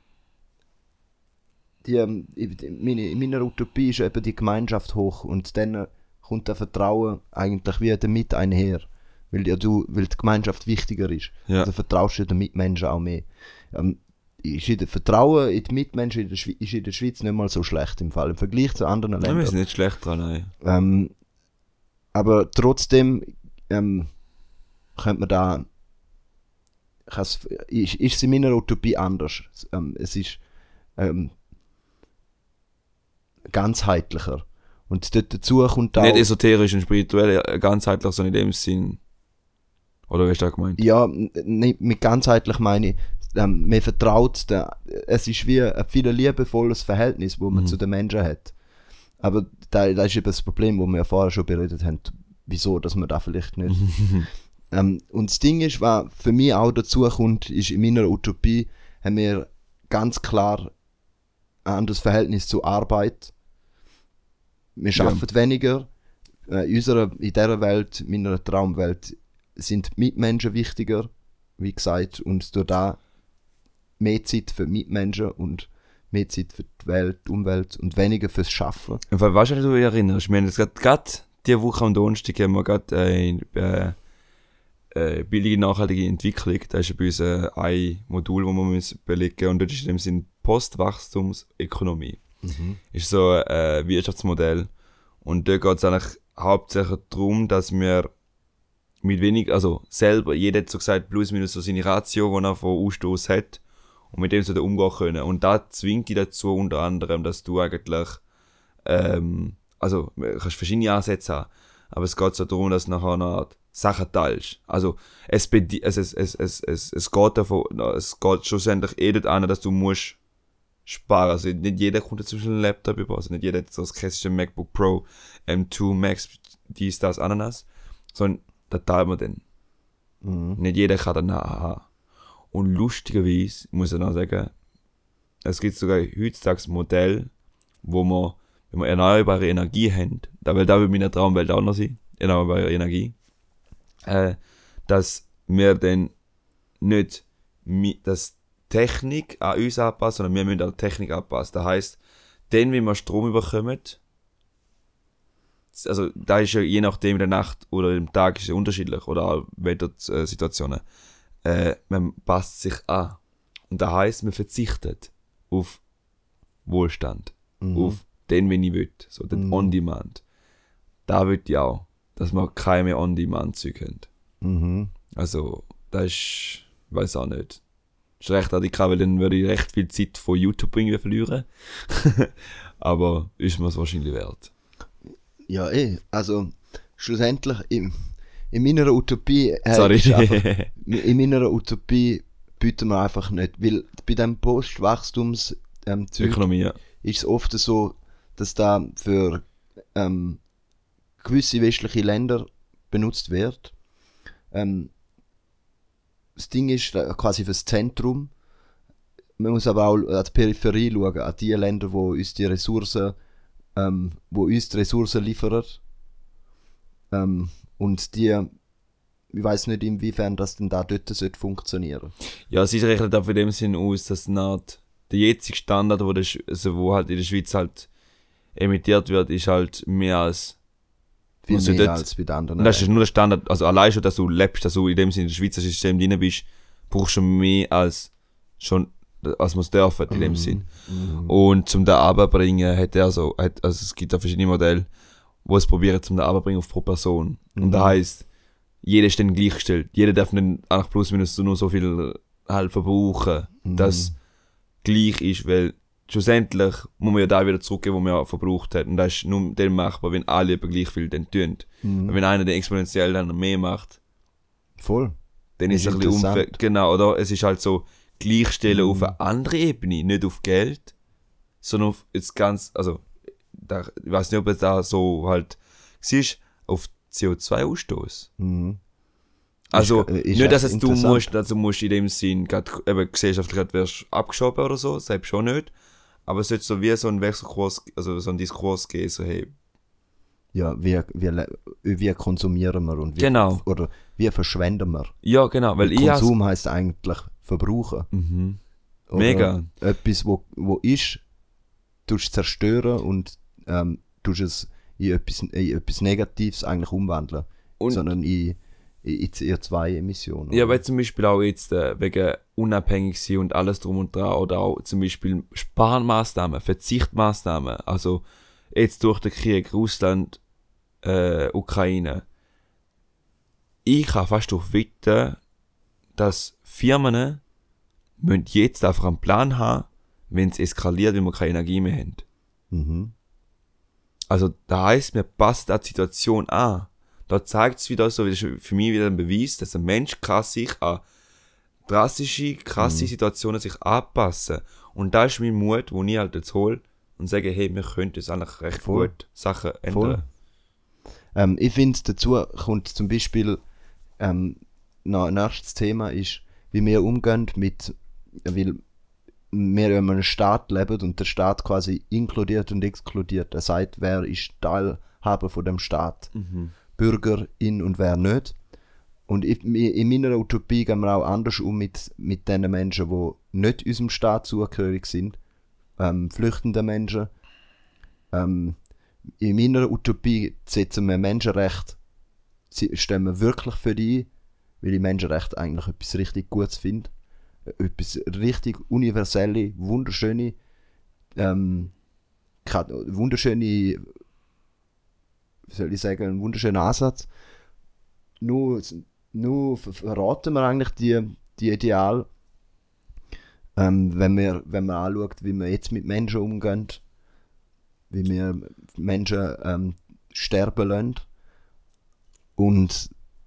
die, ähm, in meine- in meiner Utopie ist eben die Gemeinschaft hoch. Und dann kommt das Vertrauen eigentlich wie damit einher. Weil, ja, du, weil die Gemeinschaft wichtiger ist. Ja. Also vertraust du den Mitmenschen auch mehr. Ähm, ist in der Vertrauen in die Mitmenschen in der Schweiz, ist in der Schweiz nicht mal so schlecht im Fall, im Vergleich zu anderen Nein, wir Ländern. sind nicht schlecht dran, nein. Ähm, aber trotzdem ähm, könnte man da kann's- ist, ist es in meiner Utopie anders. Ähm, es ist ähm, ganzheitlicher. Und dort dazu kommt auch... Nicht esoterisch und spirituell, äh, ganzheitlich, sondern in dem Sinn. Oder wie hast du das gemeint? Ja, n- nicht mit ganzheitlich meine ich, ähm, man vertraut, der, es ist wie ein viel liebevolles Verhältnis, wo man Mhm. zu den Menschen hat. Aber da, da ist eben das Problem, wo wir ja vorher schon beredet haben, wieso, dass man da vielleicht nicht... ähm, und das Ding ist, was für mich auch dazu kommt, ist in meiner Utopie, haben wir ganz klar anderes Verhältnis zur Arbeit. Wir arbeiten ja. weniger. Äh, in, unserer, in dieser Welt, in meiner Traumwelt, sind die Mitmenschen wichtiger, wie gesagt, und durch da mehr Zeit für die Mitmenschen und mehr Zeit für die Welt, die Umwelt und weniger fürs Schaffen. Weil, weißt du, du dich erinnerst, wir haben jetzt gerade diese Woche am Donnerstag haben wir gerade äh, äh, äh, billige nachhaltige Entwicklung. Da ist bei uns äh, ein Modul, das wir müssen belegen müssen. Und dort ist in dem Sinn Postwachstumsökonomie. Mhm. Ist so ein äh, Wirtschaftsmodell. Und dort geht es eigentlich hauptsächlich darum, dass wir mit wenig, also selber, jeder hat so gesagt, plus minus so seine Ratio, die er von Ausstoß hat. Und mit dem so umgehen können. Und da zwingt dich dazu unter anderem, dass du eigentlich, ähm, also, du kannst verschiedene Ansätze haben. Aber es geht so darum, dass du nachher eine Art Sachen teilst. Also, es, es, es, es, es, es, es geht davon, es geht schlussendlich eh dort an, dass du musst sparen. Also, nicht jeder kommt jetzt zum Beispiel einen Laptop über. Also, nicht jeder hat so das klassische MacBook Pro, M zwei Max, dies, das, Ananas. Sondern, da teilt man dann. Mhm. Nicht jeder kann dann haben. Und lustigerweise, muss ich noch sagen, es gibt sogar heutzutage ein Modell, wo man, wenn wir erneuerbare Energie haben, da will da in meiner Traumwelt auch noch sein, erneuerbare Energie, äh, dass wir dann nicht das Technik an uns anpassen, sondern wir müssen an die Technik anpassen. Das heisst, dann, wenn wir Strom bekommen, also da ist ja je nachdem in der Nacht oder im Tag ist es unterschiedlich oder auch Wettersituationen. Äh, man passt sich an. Und das heisst, man verzichtet auf Wohlstand. Mhm. Auf den, wenn ich will. So den mhm. On-Demand. Da will ich auch, dass wir keine mehr On-Demand-Zeug haben. Mhm. Also, das ist, ich weiß auch nicht. Das ist recht radikal, weil dann würde ich recht viel Zeit von YouTube irgendwie verlieren. Aber ist mir es wahrscheinlich wert. Ja, eh. Also, schlussendlich im In meiner Utopie äh, Sorry. Einfach, in meiner Utopie bieten wir einfach nicht, weil bei dem Postwachstums ähm, Ökonomie, ja. ist es oft so, dass da für ähm, gewisse westliche Länder benutzt wird. Ähm, das Ding ist äh, quasi fürs Zentrum. Man muss aber auch an die Peripherie schauen, an die Länder, wo uns die Ressourcen, ähm, wo uns die Ressourcen liefern. Ähm, Und die, ich weiss nicht, inwiefern das denn da dort sollte funktionieren. Ja, sie rechnet auch in dem Sinn aus, dass Art, der jetzige Standard, wo, der, also wo halt in der Schweiz halt emittiert wird, ist halt mehr als viel mehr dort, als bei den anderen. Und das ist nur der Standard, also allein schon, dass du lebst, dass du in dem Sinne in der Schweizer System drin bist, brauchst du mehr als schon, als man es dürfen, in dem mhm. Sinn. Mhm. Und zum da runterbringen, hat er so, hat, also es gibt da verschiedene Modelle, wo es probieren zum da runterbringen auf pro Person. Mhm. Und das heisst, jeder ist dann gleichgestellt. Jeder darf dann eigentlich plus minus nur so viel halt verbrauchen, mhm. dass gleich ist, weil schlussendlich muss man ja da wieder zurückgeben, wo man ja verbraucht hat. Und das ist nur dann machbar, wenn alle eben gleich viel dann tun. Mhm. Wenn einer den exponentiell dann mehr macht, voll, dann ist es ein bisschen unfair. Genau, oder? Es ist halt so, gleichstellen mhm. auf eine andere Ebene, nicht auf Geld, sondern auf jetzt ganz, also da, ich weiß nicht, ob es da so halt siehst, auf C O zwei Ausstoß. Mhm. Also, ist, ist nicht, dass es du musst, also musst in dem Sinn, gerade eben gesellschaftlich wirst abgeschoben oder so, selbst schon nicht. Aber es sollte so wie so ein Wechselkurs, also so ein Diskurs geben, so hey. Ja, wie, wie, wie konsumieren wir und wie, genau. oder wie verschwenden wir? Ja, genau. Weil ich Konsum heisst eigentlich verbrauchen. Mhm. Mega. Etwas, wo, wo ist, tust du zerstören und ähm, tust es in etwas, in etwas Negatives eigentlich umwandeln. Und sondern in, in C O zwei Emissionen. Ja, weil zum Beispiel auch jetzt äh, wegen unabhängig sein und alles drum und dran oder auch zum Beispiel Sparmaßnahmen, Verzichtmaßnahmen. Also jetzt durch den Krieg Russland, äh, Ukraine. Ich kann fast darauf wetten, dass Firmen müssen jetzt einfach einen Plan haben, wenn es eskaliert, wenn wir keine Energie mehr haben. Mhm. Also da heisst, mir passt die Situation an. Da zeigt es wieder so, das ist für mich wieder ein Beweis, dass ein Mensch kann sich an drastische, krasse mhm. Situationen sich anpassen. Und da ist mein Mut, den ich halt jetzt hole und sage, hey, wir können das eigentlich recht Voll. gut Sachen ändern. Ähm, ich finde, dazu kommt zum Beispiel ähm, noch ein nächstes Thema ist, wie wir umgehen mit, weil wir in einem Staat leben und der Staat quasi inkludiert und exkludiert. Er sagt, wer ist Teilhaber von dem Staat, Mhm. Bürgerin und wer nicht. Und in, in meiner Utopie gehen wir auch anders um mit, mit den Menschen, die nicht unserem Staat zugehörig sind, ähm, flüchtende Menschen. Ähm, in meiner Utopie setzen wir Menschenrechte, sie- stehen wir wirklich für die ein, weil ich Menschenrechte eigentlich etwas richtig Gutes finde. Etwas richtig universelle, wunderschöne, ähm, ka- wunderschöne, wie soll ich sagen, ein wunderschöner Ansatz. Nur, nur ver- verraten wir eigentlich die, die Ideal, ähm, wenn wir, wenn man anschaut, wie wir jetzt mit Menschen umgehen, wie wir Menschen ähm, sterben lassen. Und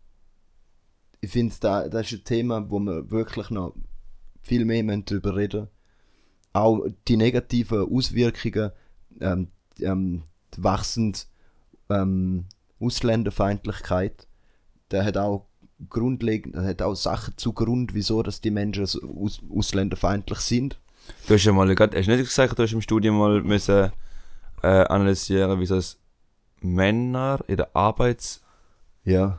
ich finde, da, das ist ein Thema, wo wir wirklich noch viel mehr darüber reden müssen. Auch die negativen Auswirkungen, ähm, ähm, die wachsende ähm, Ausländerfeindlichkeit, der hat auch grundlegend, der hat auch Sachen zugrund, wieso dass die Menschen so aus, ausländerfeindlich sind. Du hast ja mal, grad, hast du nicht gesagt, du hast im Studium mal müssen, äh, analysieren, wieso es Männer in der Arbeitsrechter Ja.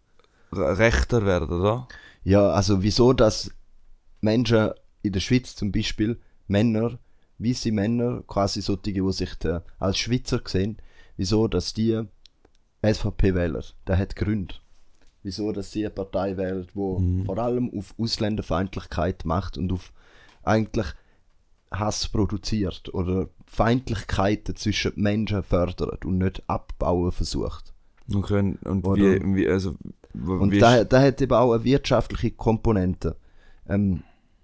werden, oder? Ja, also wieso dass Menschen in der Schweiz zum Beispiel, Männer, weiße Männer, quasi solche, die sich da als Schweizer sehen, wieso dass die S V P wählen, der hat Gründe. Wieso dass sie eine Partei wählt, die Mhm. vor allem auf Ausländerfeindlichkeit macht und auf eigentlich Hass produziert oder Feindlichkeiten zwischen Menschen fördert und nicht abbauen versucht. Okay, und Oder- wie, wie, also, w- Und wie da, ist, da hat eben auch eine wirtschaftliche Komponente. Ähm,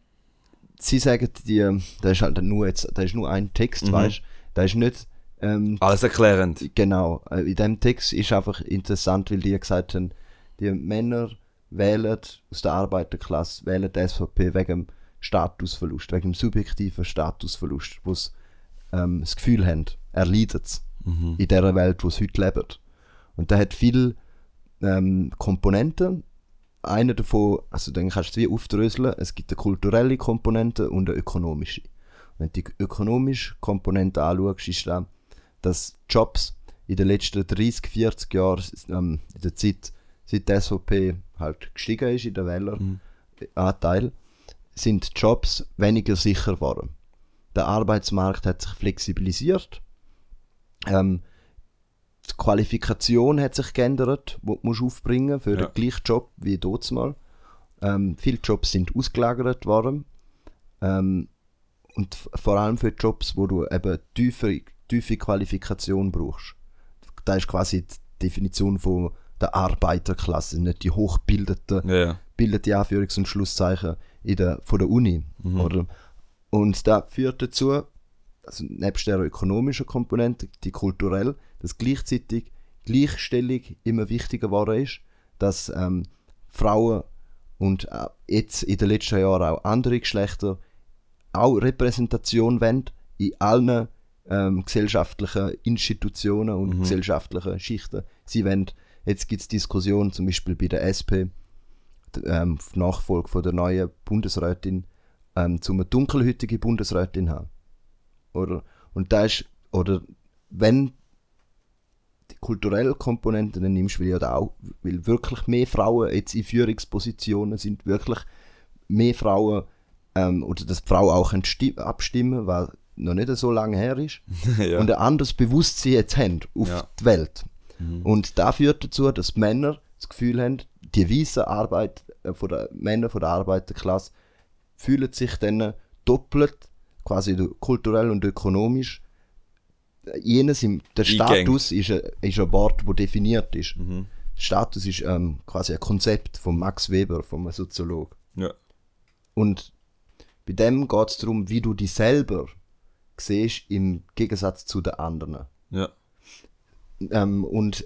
sie sagen, die, da ist halt nur jetzt, da ist nur ein Text, Mhm. weißt, da ist nicht ähm, alles erklärend. genau. äh, In dem Text ist einfach interessant, weil die gesagt haben, die Männer wählen aus der Arbeiterklasse, wählen die S V P wegen dem Statusverlust, wegen dem subjektiven Statusverlust, wo sie ähm, das Gefühl haben, er leidet es Mhm. in dieser Welt, wo sie heute leben. Und da hat viele ähm, Komponenten. Eine davon, also dann kannst du es wie aufdröseln, es gibt eine kulturelle Komponente und eine ökonomische. Wenn du die ökonomische Komponente anschaust, ist das, dass Jobs in den letzten dreißig, vierzig Jahren, ähm, in der Zeit, seit die S V P halt gestiegen ist in der Wähleranteil, Mhm. sind Jobs weniger sicher geworden. Der Arbeitsmarkt hat sich flexibilisiert. Ähm, die Qualifikation hat sich geändert, die du musst aufbringen für Ja. den gleichen Job wie dort mal. Ähm, viele Jobs sind ausgelagert worden. Ähm, und f- vor allem für Jobs, wo du eben tiefe, tiefe Qualifikation brauchst. Das ist quasi die Definition von der Arbeiterklasse, nicht die hochgebildeten, Ja, ja. bildete Anführungs- und Schlusszeichen in der, von der Uni. Mhm. Oder? Und das führt dazu, also nebst der ökonomischen Komponente, die kulturell, dass gleichzeitig Gleichstellung immer wichtiger geworden ist, dass ähm, Frauen und äh, jetzt in den letzten Jahren auch andere Geschlechter auch Repräsentation wollen in allen ähm, gesellschaftlichen Institutionen und Mhm. gesellschaftlichen Schichten. Sie wollen, jetzt gibt es Diskussionen, zum Beispiel bei der S P, d- ähm, auf Nachfolge von der neuen Bundesrätin, ähm, zum eine dunkelhäutige Bundesrätin haben. Oder, und da ist, oder wenn die kulturelle Komponente dann nimmst, will ja da auch, weil wirklich mehr Frauen jetzt in Führungspositionen sind, wirklich mehr Frauen, ähm, oder dass die Frauen auch können sti- abstimmen, weil noch nicht so lange her ist, ja. und ein anderes Bewusstsein jetzt haben auf Ja. die Welt. Mhm. Und das führt dazu, dass die Männer das Gefühl haben, die weißen Arbeit, äh, von der Männer von der Arbeiterklasse fühlen sich dann doppelt, quasi kulturell und ökonomisch. Jenes im, der Eingängt. Status ist ein, ist ein Wort, das definiert ist. Mhm. Status ist ähm, quasi ein Konzept von Max Weber, vom Soziologen. Ja. Und bei dem geht es darum, wie du dich selber siehst im Gegensatz zu den anderen. Ja. Ähm, und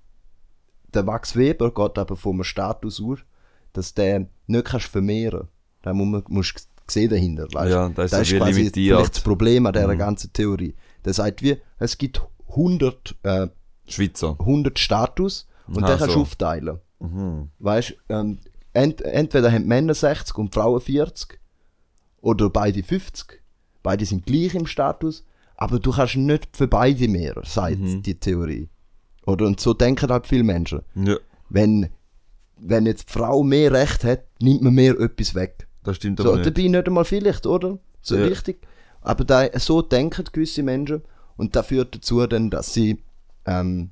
der Max Weber geht aber vom Status aus, dass der nicht kannst vermehren. Da muss man musst sehen dahinter. Weißt? Ja, das ist das ja ist wie quasi limitiert. vielleicht das Problem an dieser Mhm. ganzen Theorie. Der sagt wie, es gibt hundert, äh, Schweizer. hundert Status und Aha, den kannst du so. aufteilen. Mhm. Weißt, ähm, ent, entweder haben Männer sechzig und Frauen vierzig oder beide fünfzig. beide sind gleich im Status, aber du kannst nicht für beide mehr, sagt Mhm. die Theorie. Oder? Und so denken halt viele Menschen. Ja, Wenn, wenn jetzt die Frau mehr Recht hat, nimmt man mehr etwas weg. das stimmt So, aber nicht. dabei nicht einmal vielleicht, oder? So Ja. richtig. Aber da, so denken gewisse Menschen und das führt dazu, dann, dass sie ähm,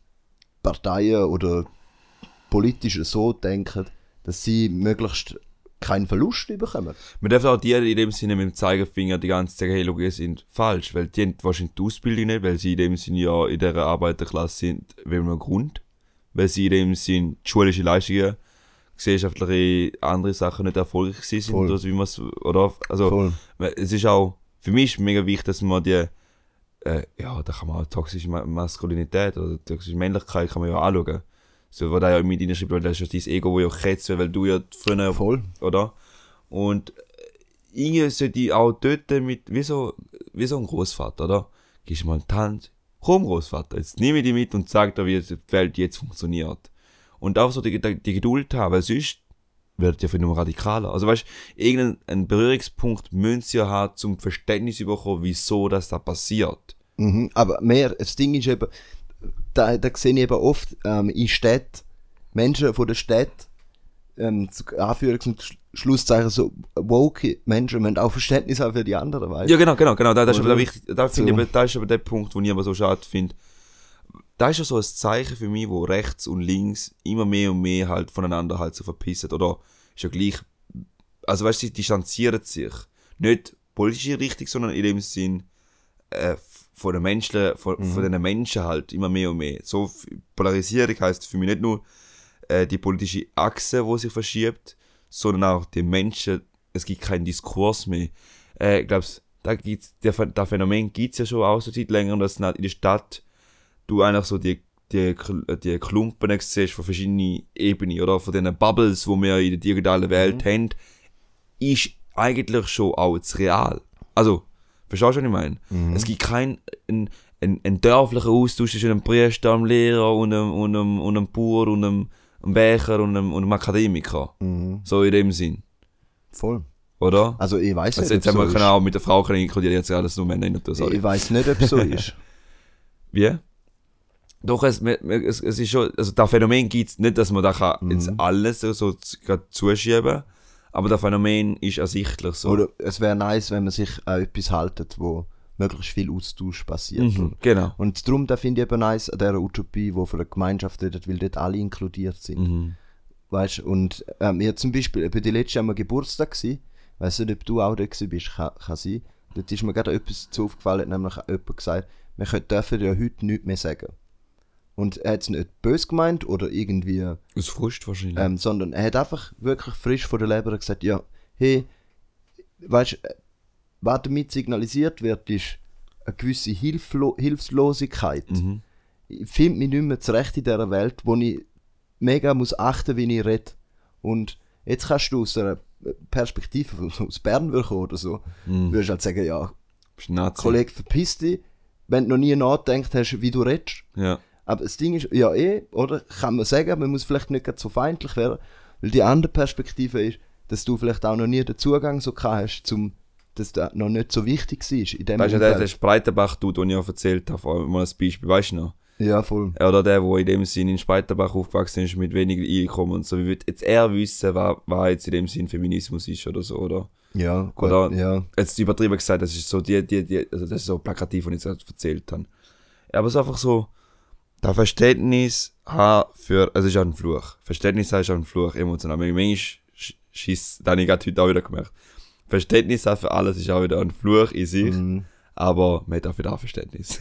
Parteien oder Politische so denken, dass sie möglichst keinen Verlust bekommen. Man darf auch die in dem Sinne mit dem Zeigefinger die ganze Zeit sagen, hey, schau, ihr sind falsch, weil die haben wahrscheinlich die Ausbildung nicht, weil sie in dem Sinne ja in dieser Arbeiterklasse sind, wegen einem Grund, weil sie in dem Sinne die schulische Leistungen, gesellschaftliche andere Sachen nicht erfolgreich gewesen sind, Voll. oder wie man es, oder, also, Voll. es ist auch, für mich ist mega wichtig, dass man die, äh, ja, da kann man auch toxische Ma- Maskulinität oder toxische Männlichkeit kann man ja anschauen. So, wo da ja mit reinschreibt, weil das ist ja dein Ego, wo ja kretzt, weil du ja früher, Voll. oder? Und äh, irgendwie sollte ich auch dort mit, wie so, wie so ein Großvater, oder? Gehst mal in die Hand, komm Großvater, jetzt nehme ich dich mit und sag dir, wie die Welt jetzt funktioniert. Und auch so die, die, die Geduld haben, weil sonst wird ja für nur radikaler. Also weißt du, irgendeinen Berührungspunkt müssen sie ja haben, zum Verständnis zu bekommen, wieso das da passiert. Mhm. Aber mehr, das Ding ist eben, da, da sehe ich eben oft ähm, in Städten, Menschen von der Stadt, ähm, zu Anführungs- und Sch- Schlusszeichen so woke Menschen müssen auch Verständnis haben für die anderen, weißt du? Ja, genau, genau, genau. Da, das ist Oder? aber der wichtig, da finde So. ich, aber- da ist aber der Punkt, wo ich aber so schade finde. Da ist ja so ein Zeichen für mich, wo rechts und links immer mehr und mehr halt voneinander halt so verpissen. Oder ist ja gleich, also weißt du, sie distanzieren sich. Nicht politische Richtung, sondern in dem Sinn äh, von den Menschen, von, Mhm. von den Menschen halt immer mehr und mehr. So f- Polarisierung heisst für mich nicht nur äh, die politische Achse, wo sich verschiebt, sondern auch die Menschen, es gibt keinen Diskurs mehr. Äh, ich glaube, da gibt's, der, Ph- das Phänomen gibt es ja schon auch so Zeit länger, dass in der Stadt du einfach so die, die, Kl- die Klumpen siehst von verschiedenen Ebenen, oder? Von diesen Bubbles, die wir in der digitalen Welt Mhm. haben, ist eigentlich schon auch das Real. Also, verstehst du, was ich meine? Mhm. Es gibt keinen ein, ein, ein dörflicher Austausch zwischen einem Priester, einem Lehrer und einem, und einem, und einem Bauer und einem, einem Bäcker und einem, und einem Akademiker. Mhm. So in dem Sinn. Voll. Oder? Also ich weiß Also nicht, jetzt haben wir ob es können so auch mit der Frau können inkludieren, jetzt alles nur Männer nicht. ist. Sorry. Ich weiß nicht, ob es so ist. Wie? Doch, es, es, es ist schon, also das Phänomen gibt es nicht, dass man da kann Mhm. jetzt alles so, so z- grad zuschieben, aber das Phänomen ist ersichtlich so. Oder es wäre nice, wenn man sich an etwas haltet, wo möglichst viel Austausch passiert. Mhm, genau. Und darum, da finde ich eben nice an dieser Utopie, wo von der Gemeinschaft redet, weil dort alle inkludiert sind. Mhm. Weißt du, und ähm, ich hab zum Beispiel, bei der letzten Jahr Geburtstag gsi, weiss nicht, ob du auch da gsi bist, kann, kann sein. Dort ist mir gerade etwas zu aufgefallen, nämlich jemand gesagt, wir können, dürfen ja heute nichts mehr sagen. Und er hat es nicht böse gemeint oder irgendwie, Aus Frust wahrscheinlich. ähm, sondern er hat einfach wirklich frisch von der Leber gesagt, ja, hey, weißt du, was damit signalisiert wird, ist eine gewisse Hilflo Hilflosigkeit. Mhm. Ich finde mich nicht mehr zurecht in dieser Welt, wo ich mega muss achten, wie ich rede. Und jetzt kannst du aus einer Perspektive von- aus Bern kommen oder so, Mhm. würdest halt sagen, ja, Bist Nazi. Kollege, verpiss dich, wenn du noch nie nachgedacht hast, wie du redest. Ja. Aber das Ding ist, ja eh, oder? Kann man sagen, man muss vielleicht nicht ganz so feindlich werden, weil die andere Perspektive ist, dass du vielleicht auch noch nie den Zugang so gehabt hast, zum, dass das noch nicht so wichtig war in dem Weißt du, der, der Umfeld. Spreitenbach-Dude, den ich auch erzählt habe, vor allem mal ein Beispiel, weißt du noch? Ja, voll. Oder der, der in dem Sinn in Spreitenbach aufgewachsen ist, mit weniger Einkommen und so. Wie wird jetzt er wissen, was, was jetzt in dem Sinn Feminismus ist oder so, oder? Ja, gut, Oder- ja. Jetzt übertrieben gesagt, das ist so die, die, die, also das ist so plakativ, was ich jetzt erzählt habe. Aber es ist einfach so, das Verständnis haben für, also es ist auch ein Fluch. Verständnis haben ist auch ein Fluch, emotional. Manchmal sch- schiss, das habe ich gerade heute auch wieder gemerkt. Verständnis haben für alles ist auch wieder ein Fluch in sich, Mhm. aber man hat auch wieder auch Verständnis.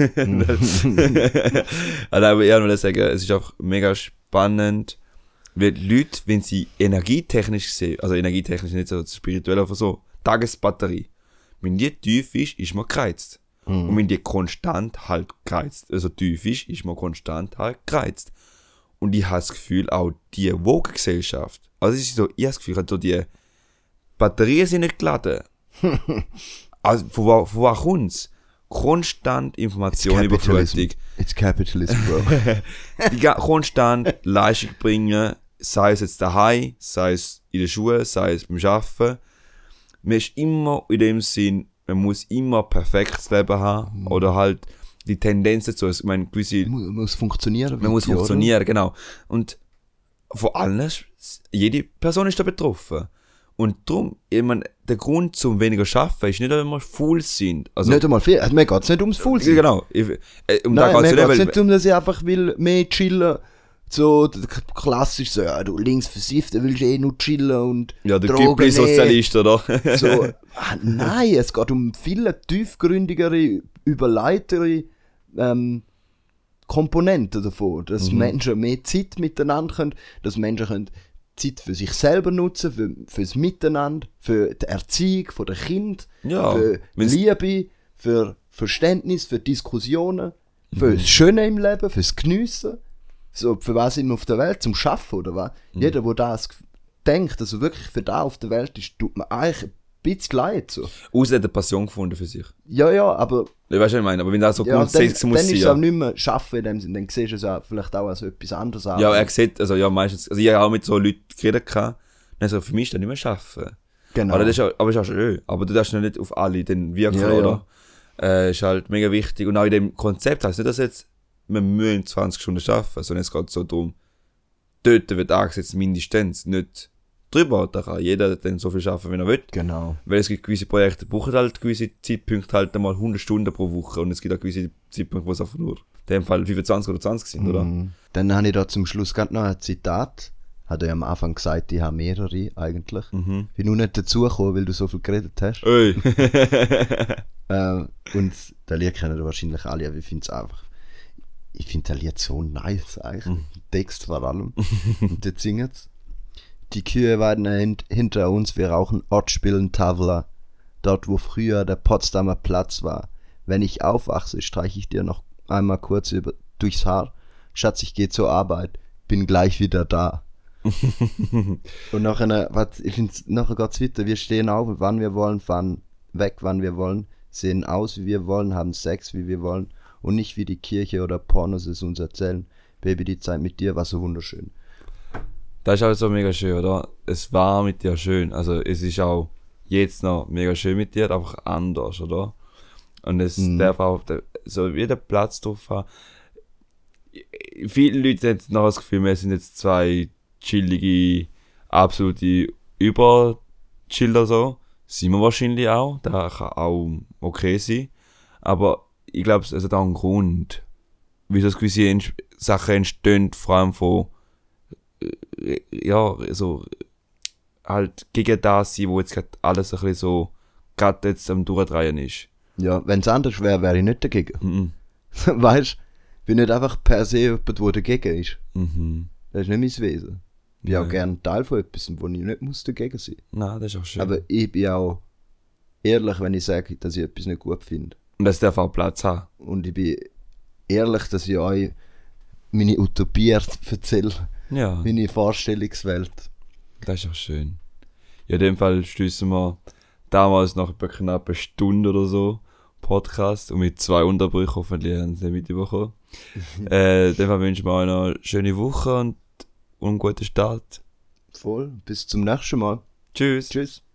Also, aber ich will sagen, es ist auch mega spannend, weil die Leute, wenn sie energietechnisch sehen, also energietechnisch nicht so spirituell, aber so, Tagesbatterie, wenn die tief ist, ist man gereizt. Mhm. Und wenn die konstant halt gereizt, also tief ist, ist man konstant halt gereizt. Und ich habe das Gefühl, auch die Woke-Gesellschaft, also es ist so, ich habe das Gefühl, also die Batterien sind nicht geladen. Also von wo, von wo kommt's? Konstant Informationenüberflutung. It's capitalism, bro. Die ga- konstant Leistung bringen, sei es jetzt daheim, sei es in der Schule, sei es beim Arbeiten. Man ist immer in dem Sinn man muss immer ein perfektes Leben haben. Mhm. Oder halt die Tendenz dazu. Also, ich meine, gewisse, man muss funktionieren. Man muss die, funktionieren, oder? Genau. Und vor allem, jede Person ist da betroffen. Und darum, ich meine, der Grund zum weniger Schaffen ist nicht, dass wir faul sind. Also, nicht einmal viel. Mir geht es nicht ums Faul sein. Genau. Ich, äh, um Nein, da mir geht geht es nicht darum, dass ich einfach will mehr chillen. So klassisch so, ja, du links versifft, du willst eh nur chillen und ja, der Drogen typische Sozialist, oder? So, ah, nein, es geht um viele tiefgründigere, überleitere ähm, Komponenten davon. Dass mhm. Menschen mehr Zeit miteinander können, dass Menschen können Zeit für sich selber nutzen, für, fürs Miteinander, für die Erziehung der Kinder, ja, für Liebe, für Verständnis, für Diskussionen, für mhm. das Schöne im Leben, fürs Geniessen. So, für was sind wir auf der Welt? Zum Schaffen, oder was? Mhm. Jeder, der das denkt, also wirklich für das auf der Welt ist, tut mir eigentlich ein bisschen leid. So. Außer hat eine Passion gefunden für sich. Ja, ja, aber... Ich weiß, was ich meine, aber wenn das so ja, grundsätzlich dann, muss dann sein... ist es ja. auch nicht mehr Schaffen in dem Sinne, dann siehst du es auch vielleicht auch als etwas anderes an. Ja, er sieht, also ja, meistens... Also ich habe auch mit so Leuten geredet, also für mich ist das nicht mehr Schaffen. Genau. Aber das ist auch, aber ist auch schön. Aber du darfst noch nicht auf alle dann wirken, ja, oder? Ja. Äh, ist halt mega wichtig. Und auch in dem Konzept heißt nicht, dass jetzt wir müssen zwanzig Stunden arbeiten, sondern es geht so darum, dort wird angesetzt mindestens, nicht drüber. Da kann jeder dann so viel arbeiten, wie er will. Genau. Weil es gibt gewisse Projekte, die brauchen halt gewisse Zeitpunkte halt einmal hundert Stunden pro Woche und es gibt auch gewisse Zeitpunkte, wo es einfach nur in dem Fall fünfundzwanzig oder zwanzig sind, oder? Mhm. Dann habe ich da zum Schluss gerade noch ein Zitat. Hat er ja am Anfang gesagt, ich habe mehrere eigentlich. Mhm. Bin nur nicht dazugekommen, weil du so viel geredet hast. Ey. äh, und das Lied kennen wahrscheinlich alle, aber ich finde es einfach, ich finde das Lied so nice eigentlich. Mhm. Text vor allem. Und jetzt singen es. Die Kühe weiden hint- hinter uns, wir rauchen Ortspielen Tavla. Dort, wo früher der Potsdamer Platz war. Wenn ich aufwachse, streiche ich dir noch einmal kurz über, durchs Haar. Schatz, ich gehe zur Arbeit, bin gleich wieder da. Und nachher, was, ich find's, nachher geht's weiter. Wir stehen auf, wann wir wollen, fahren weg, wann wir wollen, sehen aus, wie wir wollen, haben Sex, wie wir wollen und nicht wie die Kirche oder Pornos es uns erzählen. Baby, die Zeit mit dir war so wunderschön. Das ist auch so mega schön, oder? Es war mit dir schön. Also es ist auch jetzt noch mega schön mit dir, einfach anders, oder? Und es mhm. darf auch so wieder Platz drauf haben. Viele Leute haben noch das Gefühl, wir sind jetzt zwei chillige, absolute Überchiller so. Sind wir wahrscheinlich auch. Das kann auch okay sein. Aber ich glaube, es hat auch einen Grund, wieso gewisse Ent- Sachen entstehen, vor allem von äh, ja, so halt gegen das sein, wo jetzt gerade alles ein bisschen so gerade jetzt am Durchdrehen ist. Ja, wenn es anders wäre, wäre ich nicht dagegen. Mhm. Weißt du, ich bin nicht einfach per se jemand, der dagegen ist. Mhm. Das ist nicht mein Wesen. Ich bin Ja. auch gerne Teil von etwas, wo ich nicht muss dagegen sein muss. Nein, das ist auch schön. Aber ich bin auch ehrlich, wenn ich sage, dass ich etwas nicht gut finde. Und das darf auch Platz haben. Und ich bin ehrlich, dass ich euch meine Utopie erzähle, Ja, meine Vorstellungswelt. das ist auch schön. Ja, in dem Fall schließen wir damals nach etwa knapp einer Stunde oder so Podcast und mit zwei Unterbrüchen, hoffentlich haben sie nicht mitbekommen. äh, in dem Fall wünschen wir euch noch eine schöne Woche und, und einen guten Start. Voll. Bis zum nächsten Mal. Tschüss. Tschüss.